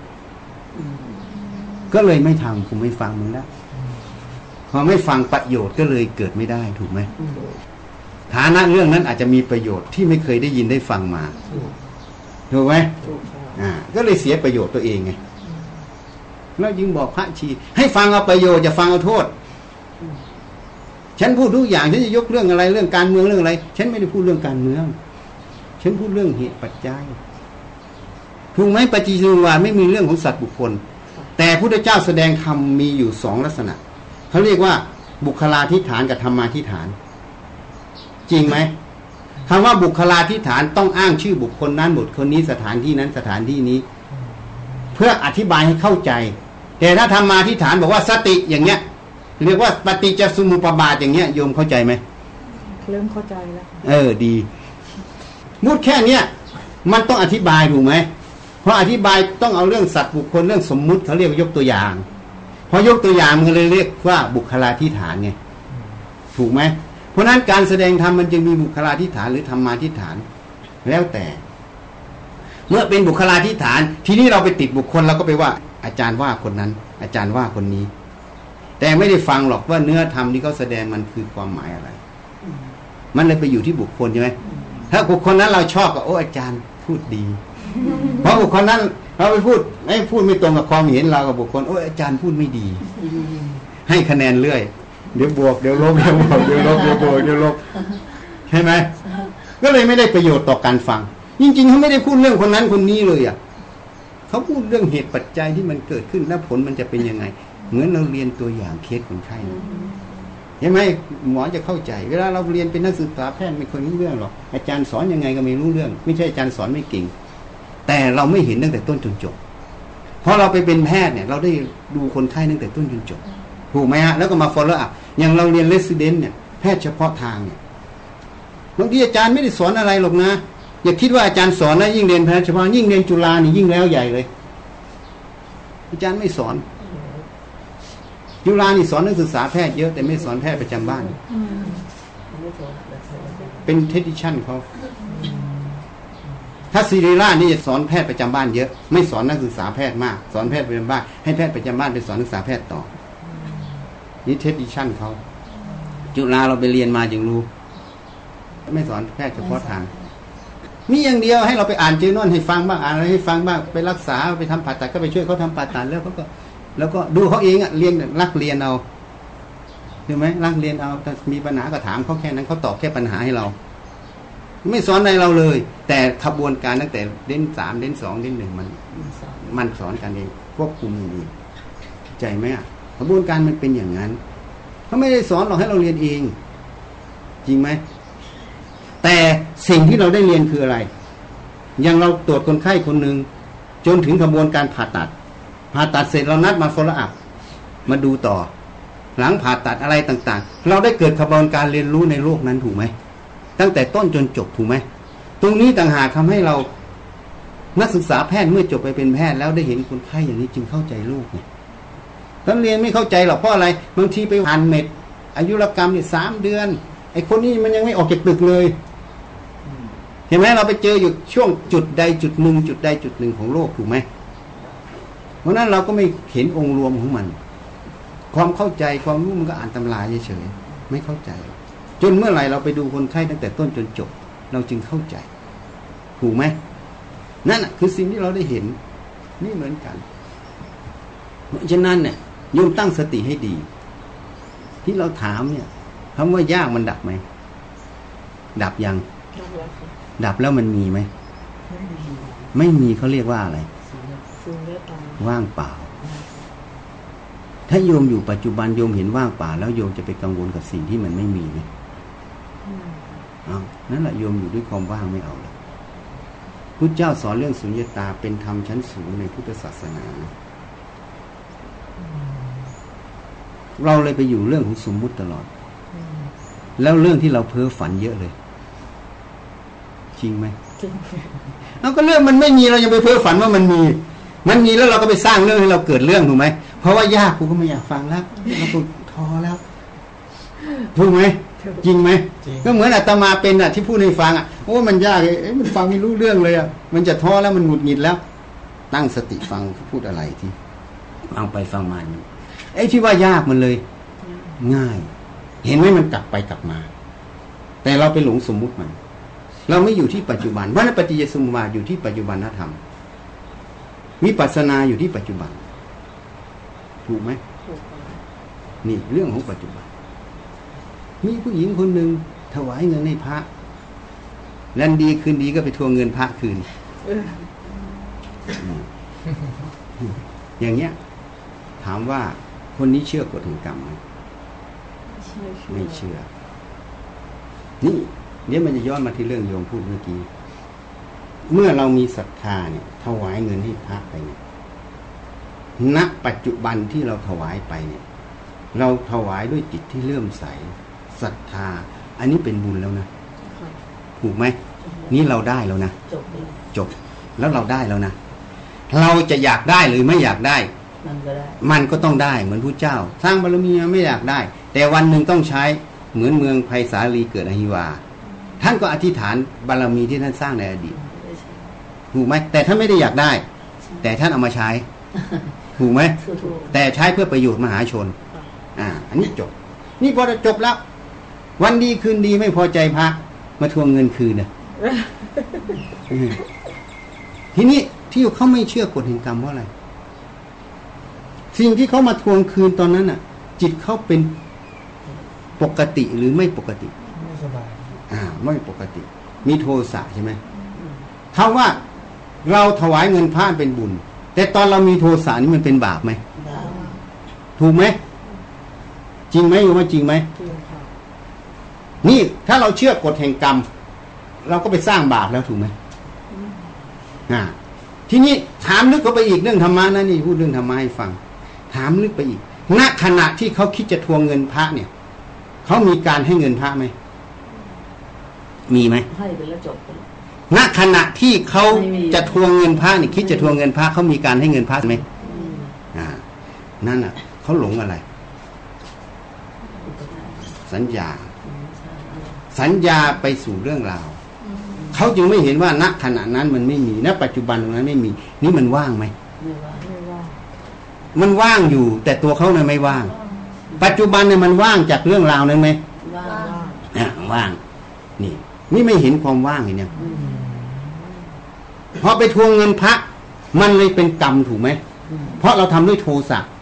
[SPEAKER 2] ก็เลยไม่ทำผมไม่ฟังมึงแล้วพอไม่ฟังประโยชน์ก็เลยเกิดไม่ได้ถูกไหมฐานะเรื่องนั้นอาจจะมีประโยชน์ที่ไม่เคยได้ยินได้ฟังมาถูกไหมอ่าก็เลยเสียประโยชน์ตัวเองไงแล้วยิ่งบอกพระชีให้ฟังเอาประโยชน์อย่าฟังเอาโทษฉันพูดทุกอย่างฉันจะยกเรื่องอะไรเรื่องการเมืองเรื่องอะไรฉันไม่ได้พูดเรื่องการเมืองฉันพูดเรื่องเหตุปัจจัยถูกไหมปฏิจจสมุปบาทไม่มีเรื่องของสัตว์บุคคลแต่พุทธเจ้าแสดงธรรมมีอยู่สองลักษณะเขาเรียกว่าบุคลาธิฐานกับธรรมาธิฐานจริงไหมคำว่าบุคลาธิฐานต้องอ้างชื่อบุคคลนั้นบุคคลนี้สถานที่นั้นสถานที่นี้เพื่ออธิบายให้เข้าใจแต่ถ้าธรรมาธิฐานบอกว่าสติอย่างเงี้ยเรียกว่าปฏิจจสมุปบาทอย่างเงี้ยโยมเข้าใจไหม
[SPEAKER 4] เริ่มเข้าใจแล้ว
[SPEAKER 2] เออดีพูดแค่เนี้ยมันต้องอธิบายถูกไหมเพราะอธิบายต้องเอาเรื่องสัตว์บุคคลเรื่องสมมุติเขาเรียกยกตัวอย่างพอยกตัวอย่างมันเลยเรียกว่าบุคลาธิฐานไงถูกไหมเพราะนั้นการแสดงธรรมมันจึงมีบุคลาธิฐานหรือธรรมาธิฐานแล้วแต่เมื่อเป็นบุคลาธิฐานทีนี้เราไปติดบุคคลเราก็ไปว่าอาจารย์ว่าคนนั้นอาจารย์ว่าคนนี้แต่ไม่ได้ฟังหรอกว่าเนื้อธรรมที่เขาแสดงมันคือความหมายอะไรมันเลยไปอยู่ที่บุคคลใช่ไหมถ้าบุคคลนั้นเราชอบก็โอ้อาจารย์พูดดีเพราะบุคคลนั้นเราไปพูดไม่พูดไม่ตรงกับความเห็นเรากับบุคคลโอ้อาจารย์พูดไม่ดีให้คะแนนเรื่อยเดี๋ยวบวกเดี๋ยวลบเดี๋ยวบวกเดี๋ยวลบเดี๋ยวบวกเดี๋ยวลบใช่ไหมก็เลยไม่ได้ประโยชน์ต่อการฟังจริงๆเขาไม่ได้พูดเรื่องคนนั้นคนนี้เลยอ่ะเขาพูดเรื่องเหตุปัจจัยที่มันเกิดขึ้นแล้วผลมันจะเป็นยังไงเหมือนเราเรียนตัวอย่างเคสคนไข้เห็นไหมหมอจะเข้าใจเวลาเราเรียนเป็นนักศึกษาแพทย์ไม่เคยรู้เรื่องหรอกอาจารย์สอนยังไงก็ไม่รู้เรื่องไม่ใช่อาจารย์สอนไม่เก่งแต่เราไม่เห็นตั้งแต่ต้นจนจบเพราะเราไปเป็นแพทย์เนี่ยเราได้ดูคนไข้ตั้งแต่ต้นจนจบถูกไหมฮะแล้วก็มา follow up อย่างเราเรียน resident เนี่ยแพทย์เฉพาะทางเนี่ยบางทีอาจารย์ไม่ได้สอนอะไรหรอกนะอย่าคิดว่าอาจารย์สอนนะยิ่งเรียนแพทย์เฉพาะยิ่งเรียนจุฬานี่ยิ่งแล้วใหญ่เลยอาจารย์ไม่สอนจุฬานี่สอนนักศึกษาแพทย์เยอะแต่ไม่สอนแพทย์ประจำบ้านเป็นเทคนิชั่นเขาถ้าศิริราชนี่จะสอนแพทย์ประจำบ้านเยอะไม่สอนนักศึกษาแพทย์มากสอนแพทย์ประจำบ้านให้แพทย์ประจำบ้านไปสอนนักศึกษาแพทย์ต่อนี่เทคนิชั่นเขาจุฬาเราไปเรียนมาจึงรู้ไม่สอนแพทย์เฉพาะทางมีอย่างเดียวให้เราไปอ่านเจอนอนให้ฟังบ้างอ่านอะไรให้ฟังบ้างไปรักษาไปทำผ่าตัดก็ไปช่วยเขาทำผ่าตัดแล้วเขาก็แล้วก็ดูเขาเองอ่ะเรียนรักเรียนเอาใช่ไหมรักเรียนเอาถ้ามีปัญหาก็ถามเขาแค่นั้นเขาตอบแค่ปัญหาให้เราไม่สอนอะไรเราเลย แต่ขบวนการตั้งแต่เด่นสามเด่นสองเด่นหนึ่งมันมันสอนกันเองควบคุมเองใจไหมอ่ะขบวนการมันเป็นอย่างนั้นเขาไม่ได้สอนเราให้เราเรียนเองจริงไหมแต่สิ่งที่เราได้เรียนคืออะไรอย่างเราตรวจคนไข้คนหนึ่งจนถึงกระบวนการผ่าตัดผ่าตัดเสร็จเรานัดมาฟอลโลว์อัพมาดูต่อหลังผ่าตัดอะไรต่างๆเราได้เกิดกระบวนการเรียนรู้ในโลกนั้นถูกไหมตั้งแต่ต้นจนจบถูกไหมตรงนี้ต่างหากทำให้เรานักศึกษาแพทย์เมื่อจบไปเป็นแพทย์แล้วได้เห็นคนไข้อย่างนี้จึงเข้าใจโลกไงตอนเรียนไม่เข้าใจหรอกเพราะอะไรบางทีไปผ่านเม็ดอายุรกรรมเนี่ยสามเดือนไอ้คนนี้มันยังไม่ออกจากตึกเลยเห็นไหมเราไปเจออยู่ช่วงจุดใดจุดหนึ่งจุดใดจุดหนึ่งของโลกถูกไหมเพราะนั้นเราก็ไม่เห็นองค์รวมของมันความเข้าใจความรู้มันก็อ่านตำราเฉยๆไม่เข้าใจจนเมื่อไหร่เราไปดูคนไข้ตั้งแต่ต้นจนจบเราจึงเข้าใจถูกไหมนั่นคือสิ่งที่เราได้เห็นนี่เหมือนกันเพราะฉะนั้นเนี่ยโยมตั้งสติให้ดีที่เราถามเนี่ยคำว่ายากมันดับไหมดับยังดับแล้วมันมีไหมไม่มีเขาเรียกว่าอะไรว่างเปล่าถ้าโยมอยู่ปัจจุบันโยมเห็นว่างเปล่าแล้วโยมจะไปกังวลกับสิ่งที่มันไม่มีไหมอ้าวนั่นแหละโยมอยู่ด้วยความว่างไม่เอาเลยพุทธเจ้าสอนเรื่องสุญญตาเป็นธรรมชั้นสูงในพุทธศาสนาเราเลยไปอยู่เรื่องของสมมุติตลอดแล้วเรื่องที่เราเพ้อฝันเยอะเลยจริงไหมจริงแล้วก็เรื่องมันไม่มีเรายังไปเพ้อฝันว่ามันมีมันมีแล้วเราก็ไปสร้างเรื่องให้เราเกิดเรื่องถูกไหมเพราะว่ายากกูก็ไม่อยากฟังแล้วเราก็ท้อแล้วถูกไหมจริงไหมก็เหมือนอาตมาเป็นอ่ะที่พูดให้ฟังอ่ะโอ้มันยากเลยมันฟังไม่รู้เรื่องเลยอ่ะมันจะท้อแล้วมันหงุดหงิดแล้วตั้งสติฟังพูดอะไรที่ฟังไปฟังมาไอ้ที่ว่ายากมันเลยง่ายเห็นไหมมันกลับไปกลับมาแต่เราไปหลงสมมุติมันเราไม่อยู่ที่ปัจจุบันวัฏปฏิจจสมุปบาทอยู่ที่ปัจจุบันธรรมวิปัสสนาอยู่ที่ปัจจุบันถูกไหมนี่เรื่องของปัจจุบันมีผู้หญิงคนหนึ่งถวายเงินให้พระแล้วดีคืนดีก็ไปทวงเงินพระคืนอย่างเงี้ยถามว่าคนนี้เชื่อกฎแห่งกรรมไหมไม่เชื่อนี่เดี๋ยวมันจะย้อนมาที่เรื่องโยมพูดเมื่อกี้เมื่อเรามีศรัทธาเนี่ยถวายเงินให้พระไปเนี่ยณปัจจุบันที่เราถวายไปเนี่ยเราถวายด้วยจิตที่เลื่อมใสศรัทธาอันนี้เป็นบุญแล้วนะถูกไหมนี่เราได้แล้วนะจบจบแล้วเราได้แล้วนะเราจะอยากได้หรือไม่อยากได้มันก็ได้มันก็ต้องได้เหมือนพระเจ้าสร้างบารมีไม่อยากได้แต่วันหนึ่งต้องใช้เหมือนเมืองไผ่สาลีเกิดอหิวาท่านก็อธิษฐานบารมีที่ท่านสร้างในอดีตถูกไหมแต่ท่านไม่ได้อยากได้แต่ท่านเอามาใช้ถูกไหมแต่ใช้เพื่อประโยชน์มหาชนอ่าอันนี้จบนี่พอจะจบแล้ววันดีคืนดีไม่พอใจพระมาทวงเงินคืนนะทีนี้ที่เขาไม่เชื่อกฎแห่งกรรมเพราะอะไรสิ่งที่เขามาทวงคืนตอนนั้นน่ะจิตเขาเป็นปกติหรือไม่ปกติไม่สบายอ่าไม่ปกติมีโทสะใช่ไหมคำว่าเราถวายเงินพระเป็นบุญแต่ตอนเรามีโทสะนี่มันเป็นบาปไหมถูกไหมจริงไหมอยู่ว่าจริงไหมนี่ถ้าเราเชื่อกฎแห่งกรรมเราก็ไปสร้างบาปแล้วถูกไหมอ่าทีนี้ถามลึกเข้าไปอีกเรื่องธรรมะนะนี่พูดเรื่องธรรมะให้ฟังถามลึกไปอีกณขณะที่เขาคิดจะทวงเงินพระเนี่ยเขามีการให้เงินพระไหมมีไหมให้ไปแล้วจบณขณะที่เขาจะทวงเงินพระเนี่ยคิดจะทวงเงินพระเขามีการให้เงินพระไหมอ่านั่นอ่ะเขาหลงอะไรสัญญาสัญญาไปสู่เรื่องราวเขาจึงไม่เห็นว่าณขณะนั้นมันไม่มีณปัจจุบันตรงนั้นไม่มีนี่มันว่างไหมมันว่างอยู่แต่ตัวเขาเนี่ยไม่ว่างปัจจุบันเนี่ยมันว่างจากเรื่องราวนั้นไหมว่างอ่ะว่างนี่นี่ไม่เห็นความว่างเนี่ยพอไปทวงเงินพระมันเลยเป็นกรรมถูกไหมเพราะเราทำด้วยโทสะ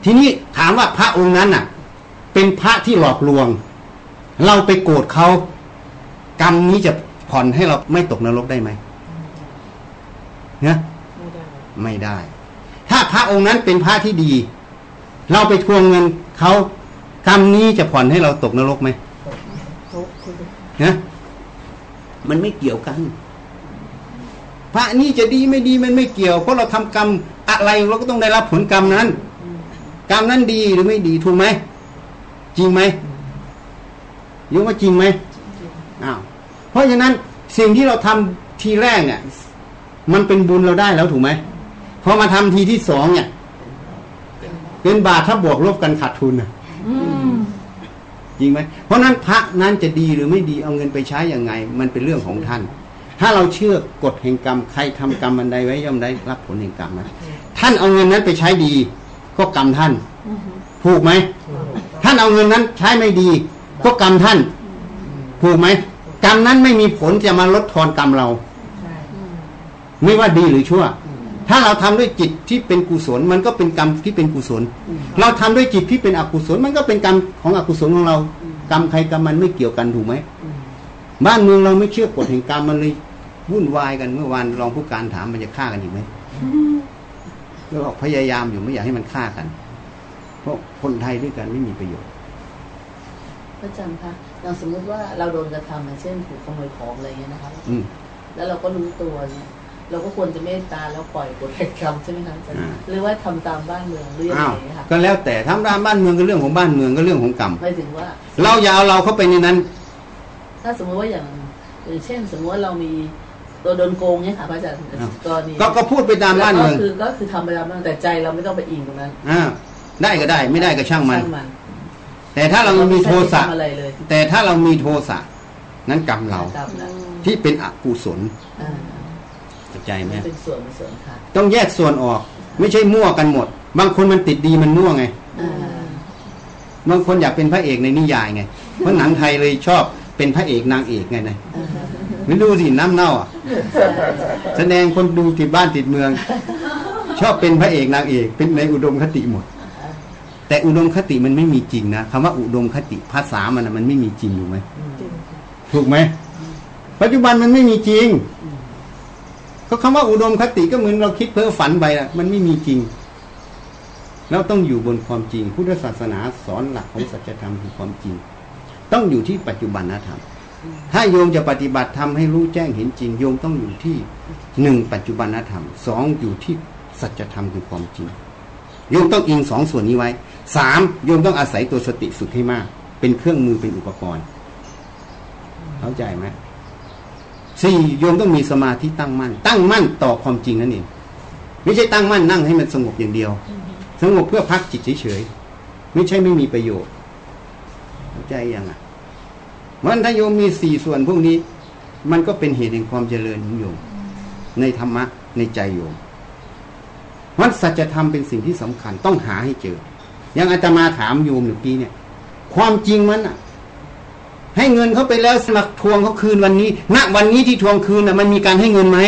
[SPEAKER 2] ทีนี้ถามว่าพระองค์นั้นน่ะ เป็นพระที่หลอกลวง เราไปโกรธเขากรรมนี้จะผ่อนให้เราไม่ตกนรกได้ไหมเนี่ยไม่ได้ไม่ได้ ถ้าพระองค์นั้นเป็นพระที่ดี เราไปทวงเงินเขากรรมนี้จะผ่อนให้เราตกนรกไหมเนี่ยมันไม่เกี่ยวกัน พระนี่จะดีไม่ดีมันไม่เกี่ยวเพราะเราทำกรรมอะไรเราก็ต้องได้รับผลกรรมนั้นกรรมนั้นดีหรือไม่ดีถูกไหมจริงไหมยกว่าจริงไหมอ้าวเพราะฉะนั้นสิ่งที่เราทำทีแรกเนี่ยมันเป็นบุญเราได้แล้วถูกไหมพอมาทำทีที่สองเนี่ยเป็นบาปถ้าบวกลบกันขาดทุนนะจริงไหมเพราะนั้นพระนั้นจะดีหรือไม่ดีเอาเงินไปใช้อย่างไงมันเป็นเรื่องของท่านถ้าเราเชื่อกฎแห่งกรรมใครทำกรรมอันใดไว้ย่อมได้รับผลแห่งกรรมนะท่านเอาเงินนั้นไปใช้ดีก็กรรมท่านถูกไหมท่านเอาเงินนั้นใช้ไม่ดีก็กรรมท่านถูกไหมกรรมนั้นไม่มีผลจะมาลดทอนกรรมเราไม่ว่าดีหรือชั่วถ้าเราทำด้วยจิตที่เป็นกุศลมันก็เป็นกรรมที่เป็นกุศลเราทำด้วยจิตที่เป็นอกุศลมันก็เป็นกรรมของอกุศลของเรากรรมใครกรรมมันไม่เกี่ยวกันถูกไหมบ้านเมืองเราไม่เชื่อกฎแห่งกรรมมันเลยวุ่นวายกันเมื่อวานรองผู้การถามมันจะฆ่ากันอีกไหมเราพยายามอยู่ไม่อยากให้มันฆ่ากันเพราะคนไทยด้วยกันไม่มีประโยชน์
[SPEAKER 1] พระอาจารย์คะอย่างสมมุติว่าเราโดนกระทำอย่างเช่นถูกขโมยของอะไรเงี้ยนะคะแล้วเราก็รู้ตัวเนี่ยเราก็ควรจะเมตตาแล้วปล่อยกฎแห่งกรรมใช่ไหมคะหรือว่าทำตามบ้านเมืองเรื่องอะไรคะ
[SPEAKER 2] ก็แล้วแต่ทำตามบ้านเมืองก็เรื่องของบ้านเมืองก็เรื่องของกรรม
[SPEAKER 1] หมายถึงว่า
[SPEAKER 2] เราอย่าเอาเราเข้าไปในนั้น
[SPEAKER 1] ถ้าสมมติว่าอย่างอย่างเช่นสมมติว่าเรามีตัวโดนโกงเนี่ยค่ะพระอาจารย์กรณี
[SPEAKER 2] ก็พูดไปตามบ้านเมือง
[SPEAKER 1] ก็คือก็คือทำไปตามบ้านแต่ใจเราไม่ต้องไปอิงตรงนั้น
[SPEAKER 2] อ่าได้ก็ได้ไม่ได้ก็ช่างมันแต่ถ้าเรามีโทสะแต่ถ้าเรามีโทสะนั้นกรรมเราที่เป็นอกุศลเข้าใจไหมเป็นส่วนเป็นส่วนค่ะต้องแยกส่วนออกไม่ใช่มั่วกันหมดบางคนมันติดดีมันมั่วไงบางคนอยากเป็นพระเอกในนิยายไงเพราะหนังไทยเลยชอบเป็นพระเอกนางเอกไงนะไม่ดูสิน้ำเน่าอ่ะแสดงคนดูติดบ้านติดเมืองชอบเป็นพระเอกนางเอกเป็นในอุดมคติหมดแต่อุดมคติมันไม่มีจริงนะคำว่าอุดมคติภาษามันมันไม่มีจริงถูกไหมถูกไหมปัจจุบันมันไม่มีจริงก็คำว่าอุดมคติก็เหมือนเราคิดเพ้อฝันไปละมันไม่มีจริงเราต้องอยู่บนความจริงพุทธศาสนาสอนหลักของสัจธรรมคือความจริงต้องอยู่ที่ปัจจุบันธรรมถ้าโยมจะปฏิบัติธรรมให้รู้แจ้งเห็นจริงโยมต้องอยู่ที่หนึ่งปัจจุบันธรรมสองอยู่ที่สัจธรรมคือความจริงโยมต้องอิงสองส่วนนี้ไว้สามโยมต้องอาศัยตัวสติฝึกให้มากเป็นเครื่องมือเป็นอุปกรณ์เข้าใจไหมสี่โยมต้องมีสมาธิตั้งมั่นตั้งมั่นต่อความจริงนั่นเองไม่ใช่ตั้งมั่นนั่งให้มันสงบอย่างเดียวสงบเพื่อพักจิตเฉยๆไม่ใช่ไม่มีประโยชน์เข้าใจยังอ่ะมันถ้าโยมมีสี่ส่วนพวกนี้มันก็เป็นเหตุแห่งความเจริญของโยมในธรรมะในใจโยมวัดสัจธรรมเป็นสิ่งที่สำคัญต้องหาให้เจออย่างอาตมาถามโยมเมื่อกี้เนี่ยความจริงมันอ่ะให้เงินเขาไปแล้วสมัครทวงเขาคืนวันนี้ณวันนี้ที่ทวงคืนน่ะมันมีการให้เงินไหม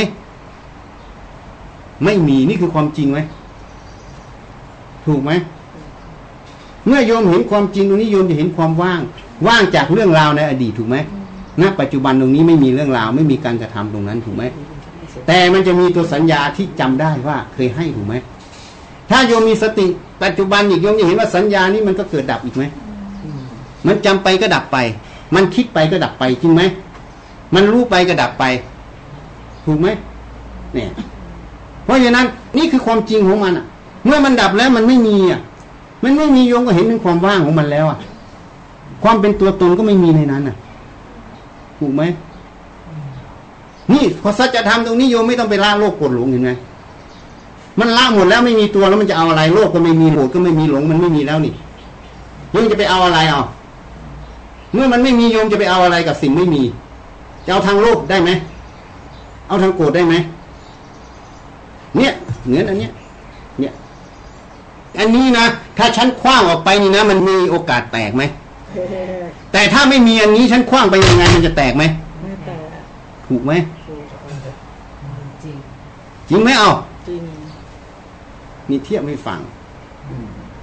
[SPEAKER 2] ไม่มีนี่คือความจริงไหมถูกไหมเมื่อโยมเห็นความจริงตรงนี้โยมจะเห็นความว่างว่างจากเรื่องราวในอดีตถูกไหมณปัจจุบันตรงนี้ไม่มีเรื่องราวไม่มีการกระทำตรงนั้นถูกไหมแต่มันจะมีตัวสัญญาที่จำได้ว่าเคยให้ถูกไหมถ้าโยมมีสติปัจจุบันอีกโยมจะเห็นว่าสัญญานี้มันก็เกิดดับอีกไหมมันจำไปก็ดับไปมันคิดไปก็ดับไปจริงไหมมันรู้ไปก็ดับไปถูกไหมเนี่ยเพราะฉะนั้นนี่คือความจริงของมันอ่ะเมื่อมันดับแล้วมันไม่มีอ่ะมันไม่มีโยมก็เห็นเป็นความว่างของมันแล้วอ่ะความเป็นตัวตนก็ไม่มีในนั้นอ่ะถูกไหมนี่พอสัจธรรมตรงนี้โยมไม่ต้องไปละโลภโกรธหลงเห็นไหมมันละหมดแล้วไม่มีตัวแล้วมันจะเอาอะไรโลภก็ไม่มีโกรธก็ไม่มีหลงมันไม่มีแล้วนี่โยมจะไปเอาอะไรเอาเมื่อมันไม่มีโยมจะไปเอาอะไรกับสิ่งไม่มีจะเอาทางโลภได้ไหมเอาทางโกรธได้ไหมเนี่ยเหมือนอันเนี้ยเนี่ยอันนี้นะถ้าฉันคว้างออกไปนี่นะมันมีโอกาสแตกไหมแต่ถ้าไม่มีอันนี้ฉันคว้างไปยังไงมันจะแตกไหมไม่แตกถูกไหมจริงจริงไหมเอาจริงนี่เทียบไม่ฟัง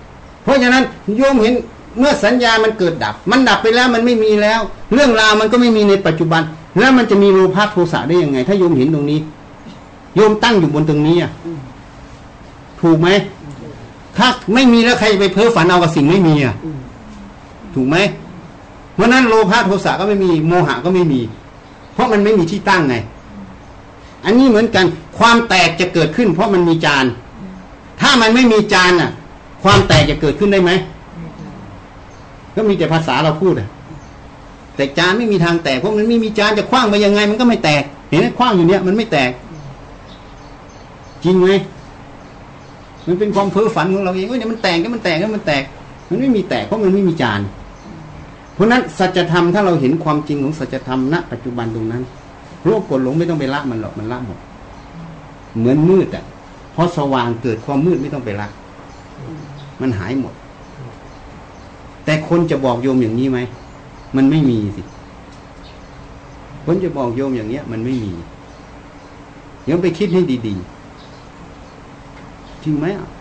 [SPEAKER 2] เพราะฉะนั้นโยมเห็นเมื่อสัญญามันเกิดดับมันดับไปแล้วมันไม่มีแล้วเรื่องราวมันก็ไม่มีในปัจจุบันแล้วมันจะมีโลภะโทสะได้ยังไงถ้าโยมเห็นตรงนี้โยมตั้งอยู่บนตรงนี้อ่ะถูกไหมถ้าไม่มีแล้วใครไปเพ้อฝันเอากับสิ่งไม่มีอ่ะถูกไหมเพราะนั้นโลภะโทสะก็ไม่มีโมหะก็ไม่มีเพราะมันไม่มีที่ตั้งไงอันนี้เหมือนกันความแตกจะเกิดขึ้นเพราะมันมีจานถ้ามันไม่มีจานอ่ะความแตกจะเกิดขึ้นได้ไหมก็มีแต่ภาษาเราพูดอ่ะแต่จานไม่มีทางแตกเพราะมันไม่มีจานจะคว้างไปยังไงมันก็ไม่แตกเห็นไหมคว้างอยู่เนี้ยมันไม่แตกจริงไหมมันเป็นความเพ้อฝันของเราเองว่าเนี่ยมันแตกก็มันแตกก็มันแตกมันไม่มีแตกเพราะมันไม่มีจานเพราะนั้นสัจธรรมถ้าเราเห็นความจริงของสัจธรรมณปัจจุบันตรงนั้นโลภโกรธหลงไม่ต้องไปละมันหรอกมันละหมดเหมือนมืดอ่ะเพราะสว่างเกิดความมืดไม่ต้องไปละมันหายหมดแต่คนจะบอกโยมอย่างนี้ไหมมันไม่มีสิคนจะบอกโยมอย่างเนี้ยมันไม่มีโยมไปคิดให้ดีๆจริงไหมอ่ะ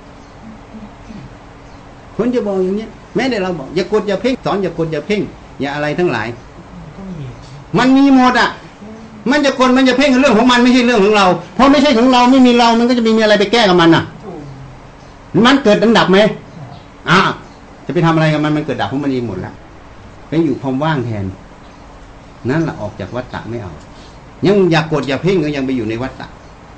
[SPEAKER 2] คนจะบอกอย่างเนี้ยแม้แต่เราบอกอย่ากดอย่าเพ่งสอนอย่ากดอย่าเพ่งอย่าอะไรทั้งหลายมันมีหมดอ่ะมันจะกดมันจะเพ่งเรื่องของมันไม่ใช่เรื่องของเราเพราะไม่ใช่ของเราไม่มีเรามันก็จะมีอะไรไปแก้กับมันอ่ะมันเกิดดับไหมอ่ะจะไปทำอะไรกับมันมันเกิดดับของมันเองหมดแล้วไปอยู่ความว่างแทนนั่นแหละออกจากวัฏฏะไม่เอายังอยากกดอย่าเพ่งก็ยังไปอยู่ในวัฏฏะ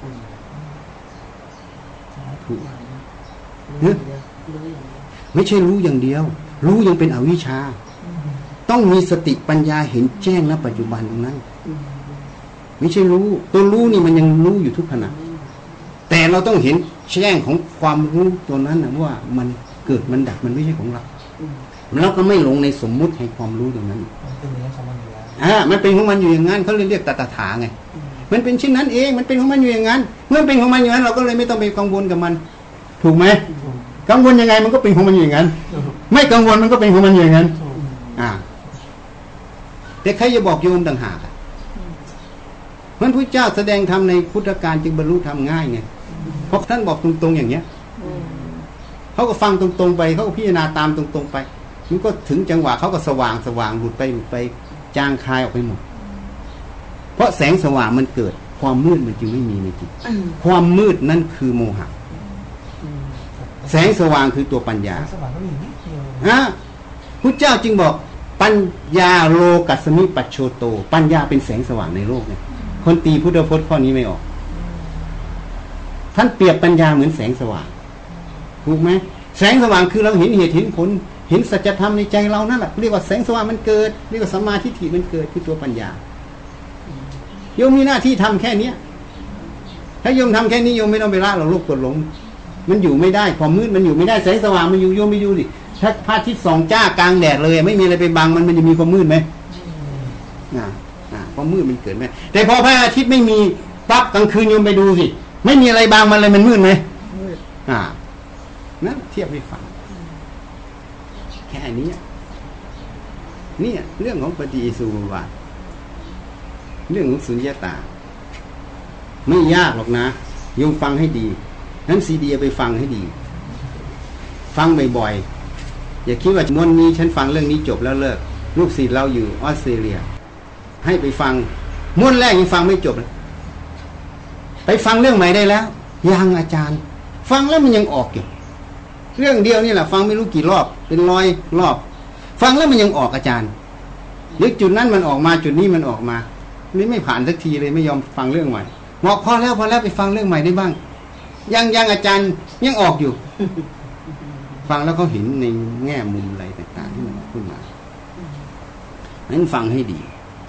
[SPEAKER 2] ไม่ใช่รู้อย่างเดียวรู้ยังเป็นอวิชชาต้องมีสติปัญญาเห็นแจ้งณปัจจุบันตรงนั้นไม่ใช่รู้ตัวรู้นี่มันยังรู้อยู่ทุกขณะแต่เราต้องเห็นแจ้งของความรู้ตัวนั้นนะว่ามันเกิดมันดับมันไม่ใช่ของเราแล้วก็ไม่ลงในสมมุติแห่งความรู้ตรงนั้นเป็นอย่างนั้นของมันอยู่แล้วอ่ามันเป็นของมันอยู่อย่างนั้นเขาเลยเรียกตถาถาไงมันเป็นเช่นนั้นเองมันเป็นของมันอยู่อย่างนั้นเมื่อเป็นของมันอย่างนั้นเราก็เลยไม่ต้องไปกังวลกับมันถูกไหมกังวลยังไงมันก็เป็นของมันอย่างนั้นไม่กังวลมันก็เป็นของมันอย่างนั้นอ่าแต่ใครจะบอกโยมต่างหากเพราะพระเจ้าแสดงธรรมในพุทธกาลจึงบรรลุธรรมง่ายไงเพราะท่านบอกตรงๆอย่างเนี้ยเขาก็ฟังตรงๆไปเขาก็พิจารณาตามตรงๆไปมันก็ถึงจังหวะเขาก็สว่างสว่างหลุดไปหลุดไปจางคายออกไปหมดเพราะแสงสว่างมันเกิดความมืดมันจึงไม่มีในจิตความมืดนั่นคือโมหะแสงสว่างคือตัวปัญญาฮะพุทธเจ้าจึงบอกปัญญาโลกัสสมิปัจโชโตปัญญาเป็นแสงสว่างในโลกเนี่ยคนตีพุทธพจน์ข้อนี้ไม่ออกท่านเปรียบปัญญาเหมือนแสงสว่างถูกไหมแสงสว่างคือเราเห็นเหตุเห็นผลเห็นสัจธรรมในใจเรานั่นแหละเรียกว่าแสงสว่างมันเกิดเรียกว่าสัมมาทิฏฐิมันเกิดคือตัวปัญญาโยมมีหน้าที่ทำแค่เนี้ยถ้าโยมทำแค่นี้โยมไม่ต้องไปละเราโลภโกรธหลงมันอยู่ไม่ได้ความมืดมันอยู่ไม่ได้แสงสว่างมันอยู่โยมไปดูดิถ้าพระอาทิตย์ส่องจ้ากลางแดดเลยไม่มีอะไรไปบังมันมันจะมีความมืดไหมอ่าอ่าความมืดมันเกิดไหมแต่พอพระอาทิตย์ไม่มีปั๊บกลางคืนโยมไปดูสิไม่มีอะไรบังมันเลยมันมืดไหมอ่านั่นเทียบให้ฟังแค่นี้นี่เรื่องของปฏิสุบวาทเรื่องของสุญญตาไม่ยากหรอกนะโยมฟังให้ดีนั้นซีดีไปฟังให้ดีฟังบ่อยๆอย่าคิดว่าม้วนนี้ฉันฟังเรื่องนี้จบแล้วเลิกลูกศิษย์เราอยู่ออสเตรเลียให้ไปฟังม้วนแรกยังฟังไม่จบเลยไปฟังเรื่องใหม่ได้แล้วยังอาจารย์ฟังแล้วมันยังออกอยู่เรื่องเดียวนี่แหละฟังไม่รู้กี่รอบเป็นร้อยรอบฟังแล้วมันยังออกอาจารย์ยึดจุดนั้นมันออกมาจุดนี้มันออกมานี่ไม่ผ่านสักทีเลยไม่ยอมฟังเรื่องใหม่บอกพอแล้วพอแล้วไปฟังเรื่องใหม่ได้บ้างยังยังอาจารย์ยังออกอยู่ ฟังแล้วเขาเห็นในแง่มุมอะไรต่างๆที่มันขึ้นมานั้นฟังให้ดี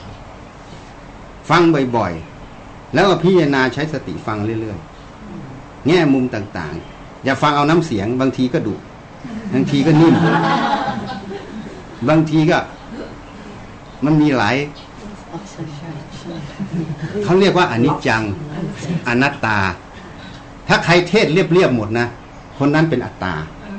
[SPEAKER 2] ฟังบ่อยๆแล้วก็พิจารณาใช้สติฟังเรื่อยๆแง่มุมต่างๆอย่าฟังเอาน้ำเสียงบางทีก็ดุบางทีก็นิ่มบางทีก็มันมีหลายเขาเรียกว่าอนิจจังอนัตตาถ้าใครเทศเรียบๆหมดนะคนนั้นเป็นอัตตา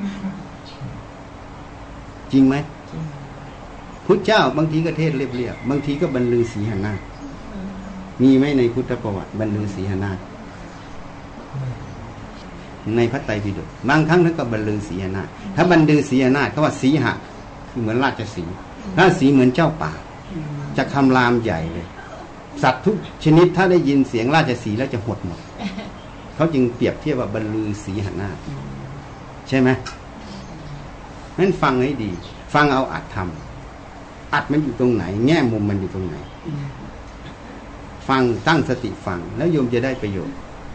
[SPEAKER 2] จริงไหมพุทธเจ้าบางทีก็เทศเรียบๆบางทีก็บรรลือสีหนาฏมีไหมในพุทธประวัติบรรลือสีหนาฏในพระไตรปิฎกบางครั้งท่านก็บรรลือสีหนาถถ้าบรรลือสีหนาถเขาว่าสีหะคือเหมือนราชสีห์ราชสีห์เหมือนเจ้าป่าจะคำรามใหญ่เลยสัตว์ทุกชนิดถ้าได้ยินเสียงราชสีห์แล้วจะหดหมดเขาจึงเปรียบเทียบว่าบรรลือสีหนาถใช่ไหมนั้นฟังให้ดีฟังเอาอัดทำอัดมันอยู่ตรงไหนแง่มุมมันอยู่ตรงไหนฟังตั้งสติฟังแล้วโยมจะได้ประโยชน์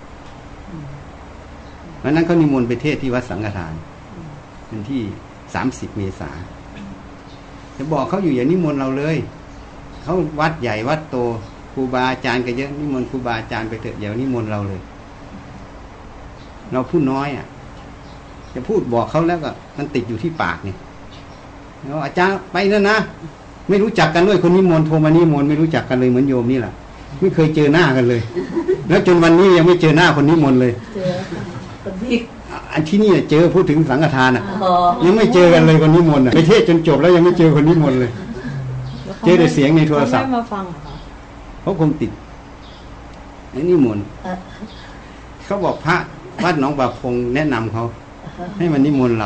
[SPEAKER 2] เพราะนั้นเขานิมนต์ไปเทศที่วัดสังฆทานเป็นที่สามสิบเมษาจะบอกเขาอยู่อย่านิมนต์เราเลยเขาวัดใหญ่วัดโตครูบาอาจารย์ก็เยอะนิมนต์ครูบาอาจารย์ไปเถอะอย่านิมนต์เราเลยเราพูดน้อยอ่ะจะพูดบอกเขาแล้วก็มันติดอยู่ที่ปากเนี่ยแล้วอาจารย์ไปแล้วนะไม่รู้จักกันด้วยคนนิมนต์โทรมานิมนต์ไม่รู้จักกันเลยเหมือนโยมนี่แหละไม่เคยเจอหน้ากันเลยแล้วจนวันนี้ยังไม่เจอหน้าคนนิมนต์เลย
[SPEAKER 1] เจอคนที่
[SPEAKER 2] อันที่นี่เจอพูดถึงสังฆทานอ่ะยังไม่เจอกันเลยคนนิมนต์อ่ะไปเทศจนจบแล้วยังไม่เจอคนนิมนต์เลยเจอแต่เสียงในโทรศัพท์
[SPEAKER 4] มาฟัง
[SPEAKER 2] เขาคงติดไอ้นิมนต์เขาบอกพระวัดหนองบาพงแนะนำเขาให้มันนิมนต์เรา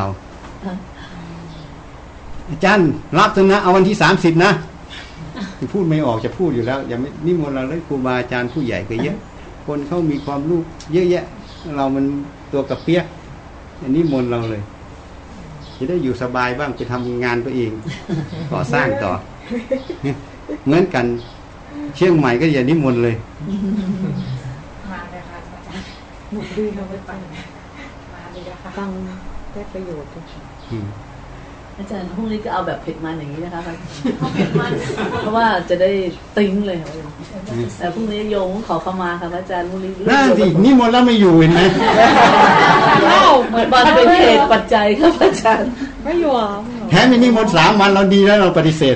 [SPEAKER 2] อาจารย์รับเถอะนะเอาวันที่สามสิบนะพูดไม่ออกจะพูดอยู่แล้วอย่าไม่นิมนต์เราเลยครูบาอาจารย์ผู้ใหญ่ก็เยอะคนเขามีความรู้เยอะแยะเรามันตัวกระเปี๊ยกอันนี้มนต์เราเลยจะได้อยู่สบายบ้างไปทำงานตัวเองก่อสร้างต่อเหมือนกันเชียงใหม่ก็อย่านิมนต์เลย
[SPEAKER 4] มาเลยค่ะอาจารย์หนุกดีค่ะไปมาเลยค่ะฟังได้ประโยชน์
[SPEAKER 1] อาจารย์พรุ่งนี้ก็เอาแบบเผ็ดมันอย่างนี้นะคะเอาเผ็ดมันเพราะว่าจะได้ติ้งเลยค่ะแต่พรุ่งนี้โยมขอเข้ามาค่ะอาจารย์พรุ่งนี้
[SPEAKER 2] น่าสินี่มนต์แล้วไม่อยู่เห็นไหม
[SPEAKER 1] เหมือนมันเป็นเหตุปัจจัยครับอาจารย์
[SPEAKER 4] ไม่อยู่
[SPEAKER 2] แท้ไม่นี่มนต์สามวันเราดีแล้วเราปฏิเสธ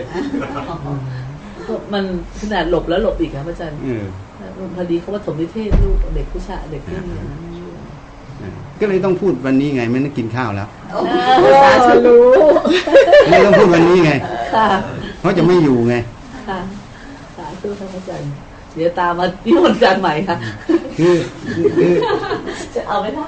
[SPEAKER 1] มันขนาดหลบแล้วหลบอีกครับอาจารย์พอดีเขาว่าสมนิเทศลูกเด็กผู้ชายเด็กผู้หญิง
[SPEAKER 2] ก็เลยต้องพูดวันนี้ไงไม่ต้องกินข้าวแล้ว
[SPEAKER 1] สาธุรู้
[SPEAKER 2] ไม่ต้องพูดวันนี้ไงเพราะจะไม่อยู่ไง
[SPEAKER 1] สาธุครับอาจารย์เดี๋ยวตามมาพิมพ์การใหม่ค่ะ
[SPEAKER 2] คือคือ
[SPEAKER 1] จะเอาไหมคะ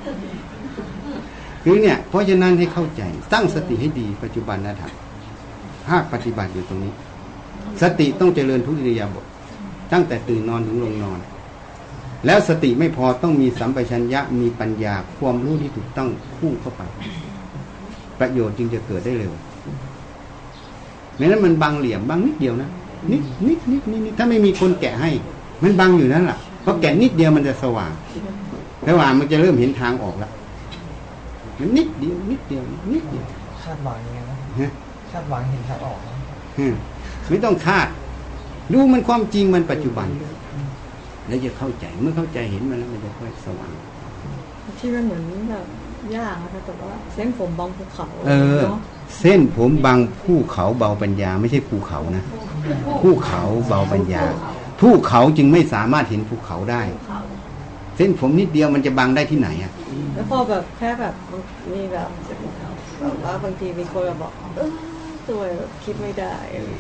[SPEAKER 2] คือเนี่ยเพราะฉะนั้นให้เข้าใจตั้งสติให้ดีปัจจุบันนะท่านภาคปฏิบัติอยู่ตรงนี้สติต้องเจริญทุกอิริยาบถตั้งแต่ตื่นนอนถึงลงนอนแล้วสติไม่พอต้องมีสัมปชัญญะมีปัญญาความรู้ที่ถูกต้องคู่เข้าไปประโยชน์จึงจะเกิดได้เร็วไม่นั้นมันบังเหลี่ยมบังนิดเดียวนะนิดนิดนิดนิดถ้าไม่มีคนแกะให้มันบังอยู่นั่นแหละเพราะแกะนิดเดียวมันจะสว่างสว่างมันจะเริ่มเห็นทางออกแล้วมันนิดเดียวนิดเดียวนิดเดียว
[SPEAKER 3] คาดหวังยังไงนะคาดหวังเห็นทางออก
[SPEAKER 2] ไม่ต้องคาดดูมันความจริงมันปัจจุบันแล้วจะเข้าใจเมื่อเข้าใจเห็นมันแล้วมันจะค่อยสว่าง
[SPEAKER 4] ที่มันเหมือนแบบยากนะคะแต่ว่าเส้นผมบางภูเขา
[SPEAKER 2] เออเส้นผมบางภูเขาเบาปัญญาไม่ใช่ภูเขานะภูเขาเบาปัญญาภูเขาจึงไม่สามารถเห็นภูเขาได้เส้นผมนิดเดียวมันจะบังได้ที่ไหนอ่ะ
[SPEAKER 4] แล้วพอแบบแค่แบบมีแบบแบบว่าบางทีมีคนแบบบอกเออตัวแบบคิดไม่ได้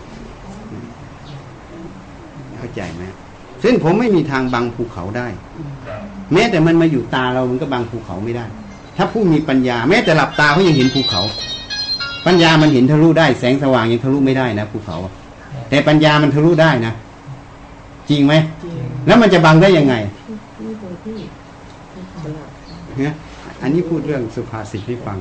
[SPEAKER 2] เข้าใจไหมเส้นผมไม่มีทางบังภูเขาได้แม้แต่มันมาอยู่ตาเรามันก็บังภูเขาไม่ได้ถ้าผู้มีปัญญาแม้แต่หลับตาเขายังเห็นภูเขาปัญญามันเห็นทะลุได้แสงสว่างยังทะลุไม่ได้นะภูเขาแต่ปัญญามันทะลุได้นะจริงไหมแล้วมันจะบังได้ยังไงเนี่ยอันนี้พูดเรื่องสุภาษิตให้ฟัง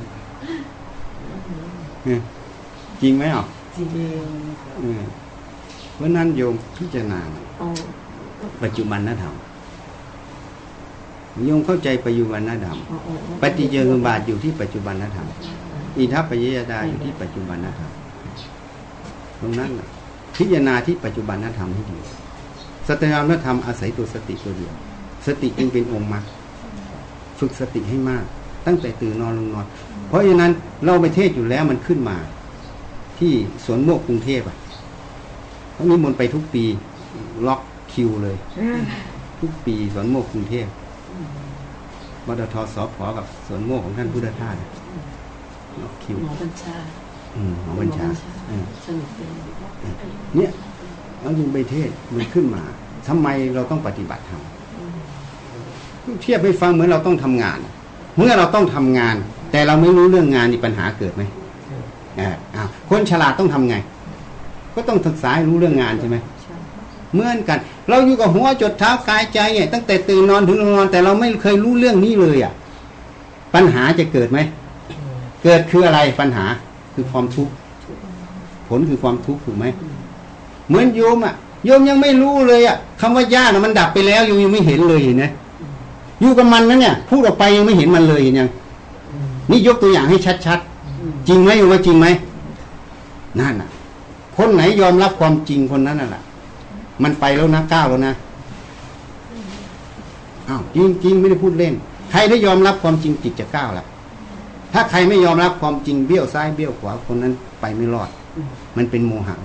[SPEAKER 2] จริงไหมอ่ะ
[SPEAKER 1] จริง
[SPEAKER 2] เพราะนั้นโยมพิจารณาปัจจุบันธรรมโยมเข้าใจปัจจุบันธรรมปฏิจจสมุปบาทอยู่ที่ปัจจุบันธรรมอิทัปปัจจยตาอยู่ที่ปัจจุบันธรรมตรงนั้นพิจารณาที่ปัจจุบันธรรมให้ดีสัตยามธรรมอาศัยตัวสติตัวเดียวสติจึงเป็นองค์มรรคฝึกสติให้มากตั้งแต่ตื่นนอนลงนอนเพราะฉะนั้นเราไปเทศอยู่แล้วมันขึ้นมาที่สวนโมกกรุงเทพอ่ะเขานิมนต์ไปทุกปีล็อกคิวเลยทุกปีสวนโมกกรุงเทพมดทสพกับสวนโมกของท่านพุทธทาสล็อกคิว
[SPEAKER 1] หมอบัญชา
[SPEAKER 2] อืมหมอบัญชาเนี่ยเราจึงไปเทศมันขึ้นมาทำไมเราต้องปฏิบัติธรรมเทียบให้ฟังเหมือนเราต้องทำงานเมื่อเราต้องทำงานแต่เราไม่รู้เรื่องงานนี่ปัญหาเกิดไหมอ่าอ้าวคนฉลาดต้องทำไงก็ต้องศึกษาให้รู้เรื่องงานใช่ไหมเหมือนกันเราอยู่กับหัวจดเท้ากายใจเนี่ยตั้งแต่ตื่นนอนถึงนอนแต่เราไม่เคยรู้เรื่องนี้เลยอ่ะปัญหาจะเกิดไหมเกิดคืออะไรปัญหาคือความทุกข์ผลคือความทุกข์ถูกไหมเหมือนโยมอ่ะโยมยังไม่รู้เลยอ่ะคำว่ายากนะมันดับไปแล้วโยมยังไม่เห็นเลยเห็นไหมอยู่กับมันนั่นเนี่ยพูดออกไปยังไม่เห็นมันเลยเห็นยังนี่ยกตัวอย่างให้ชัดๆจริงไหมโยมว่าจริงไหมนั่นน่ะคนไหนยอมรับความจริงคนนั้นน่ะแหละมันไปแล้วนะก้าวแล้วนะอ้าวจริงๆไม่ได้พูดเล่นใครได้ยอมรับความจริงจิตจะก้าวละถ้าใครไม่ยอมรับความจริงเบี้ยวซ้ายเบี้ยวขวาคนนั้นไปไม่รอดมันเป็นโมหะ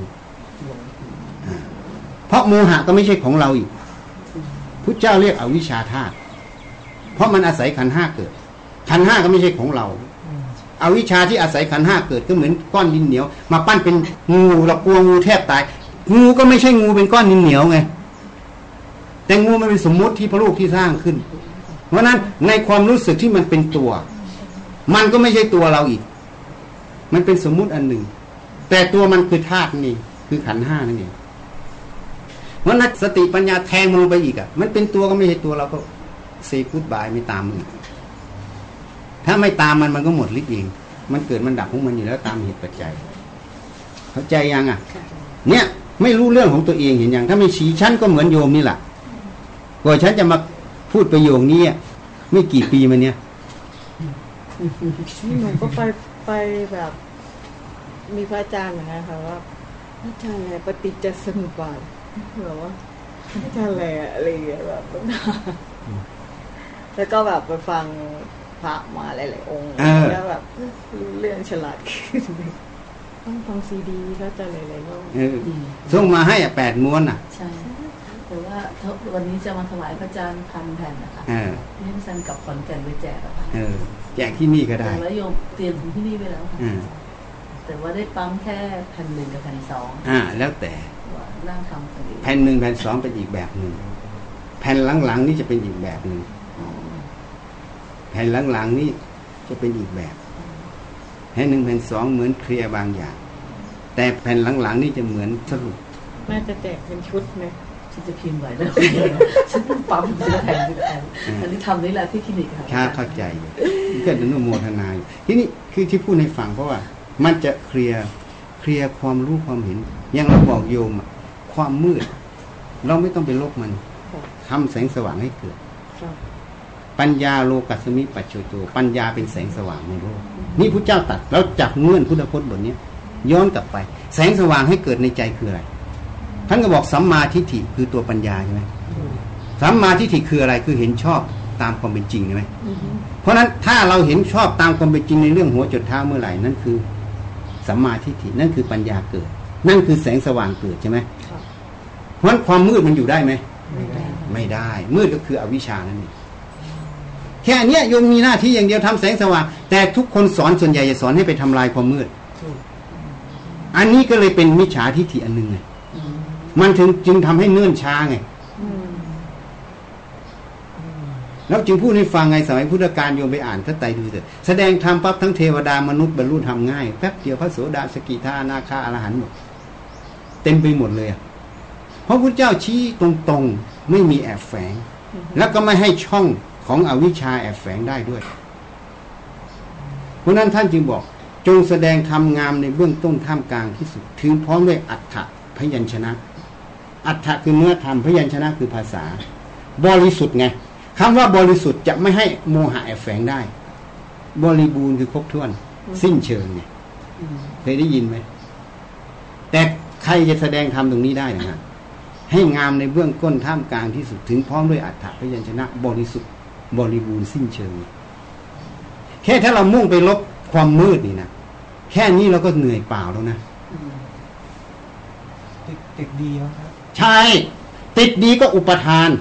[SPEAKER 2] เพราะโมหะก็ไม่ใช่ของเราอีกพุทธเจ้าเรียกอวิชชาธาตุเพราะมันอาศัยขันธ์ห้าเกิดขันธ์ห้าก็ไม่ใช่ของเราอวิชชาที่อาศัยขันธ์ห้าเกิดก็เหมือนก้อนดินเหนียวมาปั้นเป็นงูเรากลัวงูแทบตายงูก็ไม่ใช่งูเป็นก้อนดินเหนียวไงแต่งูมันเป็นสมมุติที่พระลูกที่สร้างขึ้นเพราะนั้นในความรู้สึกที่มันเป็นตัวมันก็ไม่ใช่ตัวเราอีกมันเป็นสมมุติอันหนึ่งแต่ตัวมันคือธาตุนี่คือขันธ์ห้านั่นเองเพราะนั้นสติปัญญาแทงมันลงไปอีกอ่ะมันเป็นตัวก็ไม่ใช่ตัวเราก็เซกูดบายไม่ตามมันถ้าไม่ตามมันมันก็หมดฤทธิ์เองมันเกิดมันดับของมันอยู่แล้วตามเหตุปัจจัยเข้าใจยังอ่ะเนี่ยไม่รู้เรื่องของตัวเองเห็นยังถ้าไม่ชี้ฉันก็เหมือนโยมนี่แหละกว่าฉันจะมาพูดประโยคนี้ไม่กี่ปีมาเนี้ย
[SPEAKER 4] นี่หนูก็ไปไปแบบมีพระอาจารย์เหมือนกันค่ะว่าพระอาจารย์อะไรปฏิจจสมุปบาทแบบว่าพระอาจารย์อะไรอะไรอย่างเงี้ยแบบแล้วก็แบบไปฟังพระมาหลายๆองค์แล้วแบบรู้เรื่องฉลาดขึ้นต้องฟังซีดีก็จะหลายๆรอบ
[SPEAKER 2] ส่งมาให้อ่ะแปดม้วนอ่ะ
[SPEAKER 1] ใช่แต่ว่าวันนี้จะมาถวายพระอาจารย์พันแผ่นนะคะที่ท่านกับขอนแก่นไปแจกอะค่ะ
[SPEAKER 2] แจกที่นี่ก็ได้
[SPEAKER 1] แล้วโยมเตรียมถึงที่นี่ไปแล้วค่ะแต่ว่าได้ปั๊มแค่แผ่นหนึ่งกับแผ่นสอง
[SPEAKER 2] อ่าแล้วแต่
[SPEAKER 1] นั่งทำกันเอง
[SPEAKER 2] แผ่นหนึ่งแผ่นสองเป็นอีกแบบหนึ่งแผ่นหลังๆนี่จะเป็นอีกแบบหนึ่งแผ่นหลังๆนี่จะเป็นอีกแบบแผ่นหนึ่งแผ่นสองเหมือนเคลียร์บางอย่างแต่แผ่นหลังๆนี่จะเหมือนสรุป
[SPEAKER 4] น่าจะแจกเป็นชุดไหม
[SPEAKER 1] ฉันจะพิมพ์ไว้แล้วฉันต้องปั๊มทีละแผ่นทีละแผ่นอันนี้ทำนี่แหละที่คลินิกค่ะ
[SPEAKER 2] เข้าใจก็อนุโมทนาอยู่ที่นี่คือที่พูดให้ฟังเพราะว่ามันจะเคลียร์เคลียร์ความรู้ความเห็นอย่างเราบอกโยมความมืดเราไม่ต้องไปลบมันทำแสงสว่างให้เกิดปัญญาโลกัสสมิปัจโจโตปัญญาเป็นแสงสว่างในโลกนี่พุทธเจ้าตรัสแล้วจับเงื่อนพุทธพจน์บทนี้ย้อนกลับไปแสงสว่างให้เกิดในใจคืออะไรท่านก็บอกสัมมาทิฏฐิคือตัวปัญญาใช่ไหมสัมมาทิฏฐิคืออะไรคือเห็นชอบตามความเป็นจริงใช่ไหมเพราะฉะนั้นถ้าเราเห็นชอบตามความเป็นจริงในเรื่องหัวจดเท้าเมื่อไหร่นั่นคือสัมมาทิฏฐินั่นคือปัญญาเกิดนั่นคือแสงสว่างเกิดใช่ไหมเพราะฉะนั้นความมืดมันอยู่ได้ไหมไม่ได้มืดก็คืออวิชชานั่นเองแค่นี้โยมมีหน้าที่อย่างเดียวทำแสงสว่างแต่ทุกคนสอนส่วนใหญ่จะสอนให้ไปทำลายความมืดอันนี้ก็เลยเป็นมิจฉาทิฏฐิอันหนึ่งไงมันถึงจึงทำให้เนื่นช้าไงแล้วจึงพูดให้ฟังไงสมัยพุทธกาลโยมไปอ่านพระไตรดูเถอะแสดงธรรมปั๊บทั้งเทวดามนุษย์บรรลุธรรมง่ายแป๊บเดียวพระโสดาสกิทาอนาคาอรหันต์หมดเต็มไปหมดเลยอ่ะเพราะพุทธเจ้าชี้ตรงๆไม่มีแอบแฝงแล้วก็ไม่ให้ช่องของอวิชชาแอบแฝงได้ด้วยเพราะนั้นท่านจึงบอกจงแสดงธรรมงามในเบื้องต้นท่ามกลางที่สุดถึงพร้อมด้วยอัฏฐพยัญชนะอัฏฐคือเนื้อธรรมพยัญชนะคือภาษาบริสุทธิ์ไงคำว่าบริสุทธิ์จะไม่ให้โมหะแอบแฝงได้บริบูรณ์คือครบถ้วนสิ้นเชิงไงเคยได้ยินไหมแต่ใครจะแสดงธรรมตรงนี้ได้นะให้งามในเบื้องต้นท่ามกลางที่สุดถึงพร้อมด้วยอัฏฐพยัญชนะบริสุทธิ์บริบูรณ์สิ้นเชิงแค่ถ้าเรามุ่งไปลบความมืดนี่นะแค่นี้เราก็เหนื่อยเปล่าแล้วนะ
[SPEAKER 3] ติดติดดีครับ
[SPEAKER 2] ใช่ติดดีก็อุปทาน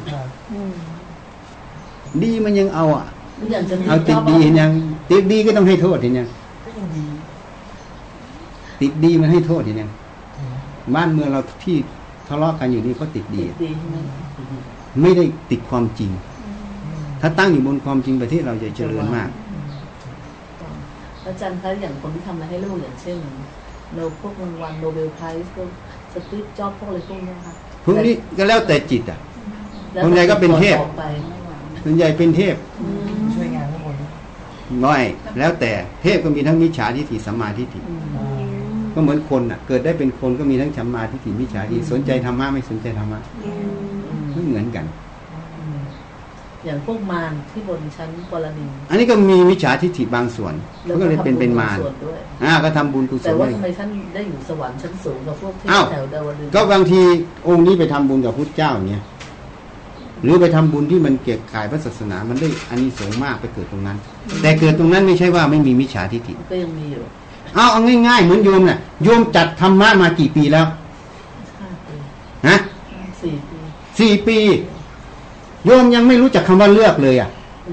[SPEAKER 2] ดีมันยังเอาอ่ะเอาติดดีเห็นยังติดดีก็ต้องให้โทษเห็นยัง
[SPEAKER 3] ก็ยังดี
[SPEAKER 2] ติดดีมันให้โทษเห็นยังบ้านเมืองเราที่ทะเลาะกันอยู่นี่เขาติดดีไม่ได้ติดความจริงทถ้าตั้งอยู่บนความจริงประเทศเราจะเจริญมาก
[SPEAKER 1] อาจารย์คะอย่างคนที่ทำอะไรให้ลูกอย่างเช่นโนพวกรางวัลโนเบลไพรส์พวกสตีฟจ็อบส์พวกอะไรพวกนี้ค่ะ
[SPEAKER 2] พวกนี้ก็แล้วแต่จิตอ่ะส่วนใหญ่ก็เป็นเทพส่วนใหญ่เป็นเทพ
[SPEAKER 3] ช่วยงานข้างบน
[SPEAKER 2] น้อยแล้วแต่เทพก็มีทั้งมิจฉาทิฏฐิสัมมาทิฏฐิก็เหมือนคนอ่ะเกิดได้เป็นคนก็มีทั้งสัมมาทิฏฐิมิจฉาทิฏฐิสนใจธรรมะไม่สนใจธรรมะไม่เหมือนกัน
[SPEAKER 1] อย่างพวกมารที่บนชั้นกรณี
[SPEAKER 2] อันนี้ก็มีมิจฉาทิฏฐิบางส่วนก็เลยเป็นเป็นมารอ่าก็ทำบุญกุศล
[SPEAKER 1] แต่ว่าทำไมท่านได้อยู่สวรรค์ชั้นสูงกับพวกที่แถวดาวดึงส์
[SPEAKER 2] ก็บางทีองค์นี้ไปทำบุญกับพุทธเจ้าเนี่ยหรือไปทำบุญที่มันเกี่ยวกับพระศาสนามันได้อานิสงส์มากไปเกิดตรงนั้นแต่เกิดตรงนั้นไม่ใช่ว่าไม่มีมิจฉาทิฏฐิ
[SPEAKER 1] ก็ยังมีอยู่
[SPEAKER 2] เอาเอาง่ายๆเหมือนโยมน่ะโยมจัดธรรมะมากี่ปีแล้วฮะ
[SPEAKER 1] สี่ปี
[SPEAKER 2] สี่ปีโยมยังไม่รู้จักคำว่าเลือกเลยอ่ะ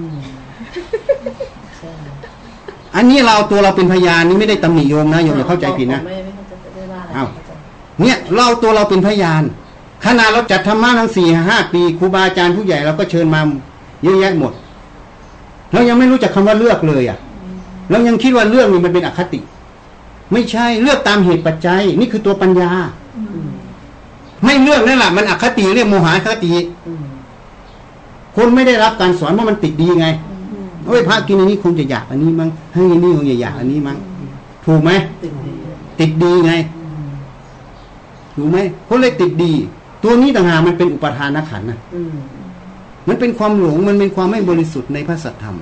[SPEAKER 2] อันนี้เราตัวเราเป็นพยานนี่ไม่ได้ตำหนิโยมนะโยมอย่าเข้าใจผิดนะอ้าวเนี่ยเราตัวเราเป็นพยานขณะเราจัดธรรมะทั้งสี่ห้าปีครูบาอาจารย์ผู้ใหญ่เราก็เชิญมาเยอะแยะหมดเรายังไม่รู้จักคำว่าเลือกเลยอ่ะเรายังคิดว่าเลือกนี่มันเป็นอคติไม่ใช่เลือกตามเหตุปัจจัยนี่คือตัวปัญญาไม่เลือกนั่นแหละมันอคติเรียกโมหะคติคนไม่ได้รับการสอนเพราะมันติดดีไงเฮ้ยพระกินอันนี้คงจะอยากอันนี้มั้งให้อันนี้คงจะอยากอันนี้มั้งถูกไหมติดดีไงถูกไหมเขาเลยติดดีตัวนี้ต่างหากมันเป็นอุปทานขันธ์นะมันเป็นความหลงมันเป็นความไม่บริสุทธิ์ในพระสัทธรรม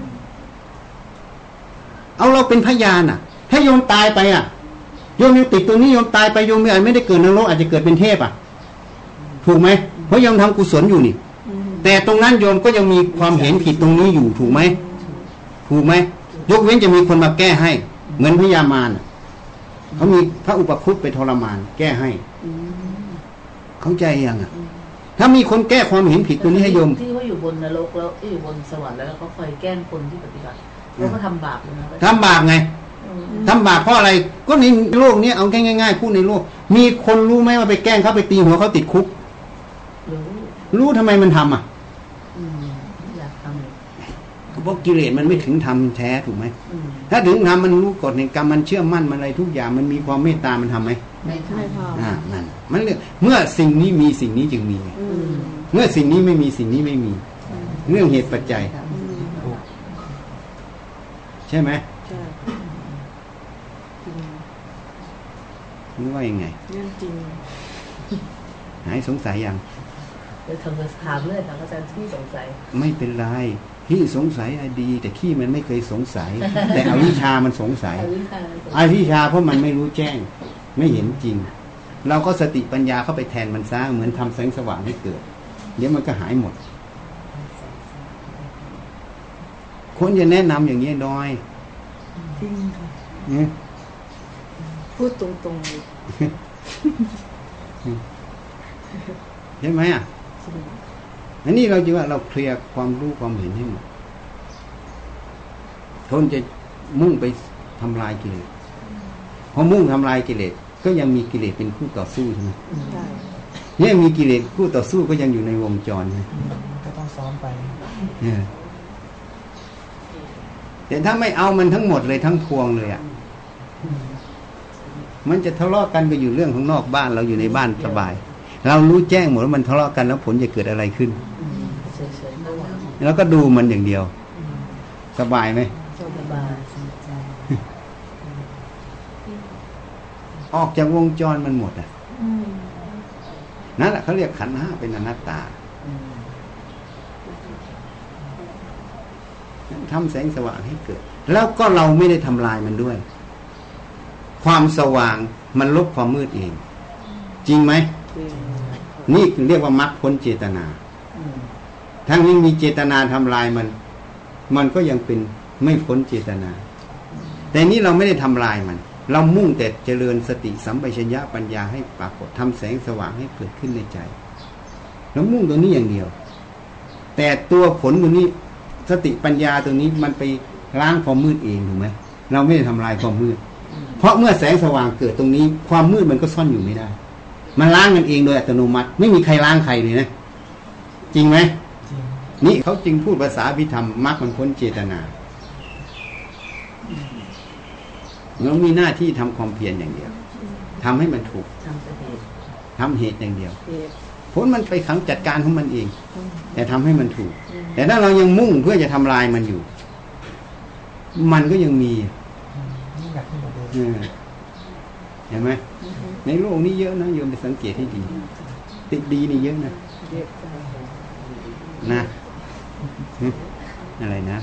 [SPEAKER 2] เอาเราเป็นพยานอ่ะถ้าโยมตายไปอ่ะโยมยังติดตัวนี้โยมตายไปโยมไม่ได้เกิดนรกอาจจะเกิดเป็นเทพอ่ะถูกไหมเพราะโยมทำกุศลอยู่นี่แต่ตรงนั้นโยมก็ยังมีความเห็นผิดตรงนี้อยู่ถูกไหมถูกไหมยกเว้นจะมีคนมาแก้ให้เหมือนพญามารเขามีพระอุปคุตไปทรมานแก้ให้เข้าใจยังอ่ะถ้ามีคนแก้ความเห็นผิดตัวนี้ให้โยม
[SPEAKER 1] ที่เขาอยู่บนนรกแล้วอยู่บนสวรรค์แล้วเขาคอยแกล้งคนที่ปฏิบัติแล้วก็ทำบาปเลยนะ
[SPEAKER 2] ทำบาปไงทำบาปเพราะอะไรก็ในโลกนี้เอาง่ายๆพูดในโลกมีคนรู้ไหมว่าไปแกล้งเขาไปตีหัวเขาติดคุกรู้ทำไมมันทำอ่ะ
[SPEAKER 1] อยากทำ
[SPEAKER 2] เพราะกิเลสมันไม่ถึงทำแท้ถูกไหมถ้าถึงทำมันรู้กฎแห่งกรรมมันเชื่อมั่นมันอะไรทุกอย่างมันมีความเมตตามันทำไหม
[SPEAKER 1] ไม่ทำ
[SPEAKER 2] อ่านั่นมันเมื่อสิ่งนี้มีสิ่งนี้จึงมีเมื่อสิ่งนี้ไม่มีสิ่งนี้ไม่มีเรื่องเหตุปัจจัยใช่ไหมใช่นี่ว่ายังไง
[SPEAKER 4] เรื่องจริง
[SPEAKER 2] หายสงสัยยัง
[SPEAKER 1] ไปทำถามเลยค่ะอาจารย์ที่สงสัย
[SPEAKER 2] ไม่เป็นไรที่สงสัยอดีแต่ขี้มันไม่เคยสงสัยแต่อวิชชามันสงสัยอวิชชาเพราะมันไม่รู้แจ้งไม่เห็นจริงเราก็สติปัญญาเข้าไปแทนมันซะเหมือนทำแสงสว่างให้เกิดเดี๋ยวมันก็หายหมดคนจะแนะนำอย่างนี้น้อย
[SPEAKER 4] จริงค่ะพูดตรงๆเลย
[SPEAKER 2] ใช่ไหมอ่ะอันนี้เราจะว่าเราเคลียร์ความรู้ความเห็นให้หมดทนจะมุ่งไปทำลายกิเลสพอมุ่งทำลายกิเลสก็ยังมีกิเลสเป็นคู่ต่อสู้ใช่ไหมใช่เนี่ยมีกิเลสคู่ต่อสู้ก็ยังอยู่ในวงจรนะ
[SPEAKER 3] ก็ต้องซ้อมไป
[SPEAKER 2] แต่ถ้าไม่เอามันทั้งหมดเลยทั้งพวงเลยอ่ะมันจะทะเลาะกันก็อยู่เรื่องของนอกบ้านเราอยู่ในบ้านสบายเรารู้แจ้งหมดว่ามันทะเลาะกันแล้วผลจะเกิดอะไรขึ้นแล้วก็ดูมันอย่างเดียวสบายไหมสบายออกจากวงจรมันหมดอ่ะนั่นแหละเขาเรียกขันธ์ห้าเป็นอนัตตาทำแสงสว่างให้เกิดแล้วก็เราไม่ได้ทำลายมันด้วยความสว่างมันลบความมืดเองจริงไหมนี่เรียกว่ามรรคพ้นเจตนาทั้งนี้มีเจตนาทำลายมันมันก็ยังเป็นไม่พ้นเจตนาแต่นี้เราไม่ได้ทำลายมันเรามุ่งแต่เจริญสติสัมปชัญญะปัญญาให้ปรากฏทำแสงสว่างให้เกิดขึ้นในใจเรามุ่งตัวนี้อย่างเดียวแต่ตัวผลตัวนี้สติปัญญาตัวนี้มันไปล้างความมืดเองถูกไหมเราไม่ได้ทำลายความมืดเพราะเมื่อแสงสว่างเกิดตรงนี้ความมืดมันก็ซ่อนอยู่ไม่ได้มันล้างกันเองโดยอัตโนมัติไม่มีใครล้างใครเลยนะจริงไหมนี่เขาจึงพูดภาษาอภิธรรมมรรคมันพ้นเจตนาเรามีหน้าที่ทำความเพียรอย่างเดียวทำให้มันถูกทำเหตุอย่างเดียวผลมันไปขังจัดการของมันเองแต่ทำให้มันถูกแต่ถ้าเรายังมุ่งเพื่อจะทำลายมันอยู่มันก็ยังมีเห็นไหมในโลกนี้เยอะนะโยมไปสังเกตให้ดีติดดีนี่เยอะนะนะอะไรนะ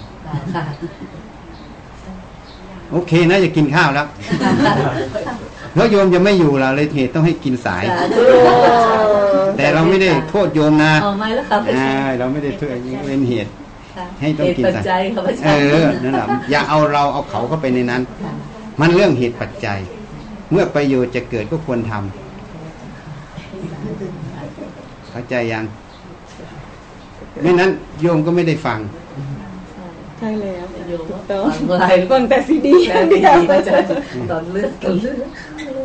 [SPEAKER 2] โอเคนะจะกินข้าวแล้วแล้วโยมจะไม่อยู่เราเลยเหตุต้องให้กินสายแต่เราไม่ได้โทษโยมนะเราไม่ได้โทษเป็นเหตุให้ต้องกินสายเออนั่นแหละอย่าเอาเราเอาเขาเข้าไปในนั้นมันเรื่องเหตุปัจจัยเมื่อประโยชน์จะเกิดก็ควรทำเข้าใจยังไม่นั้นโยมก็ไม่ได้ฟัง
[SPEAKER 4] ใช่แล้วถูกต้องฟังแต่ซีดี
[SPEAKER 1] ตอนเลือกตอนเลือก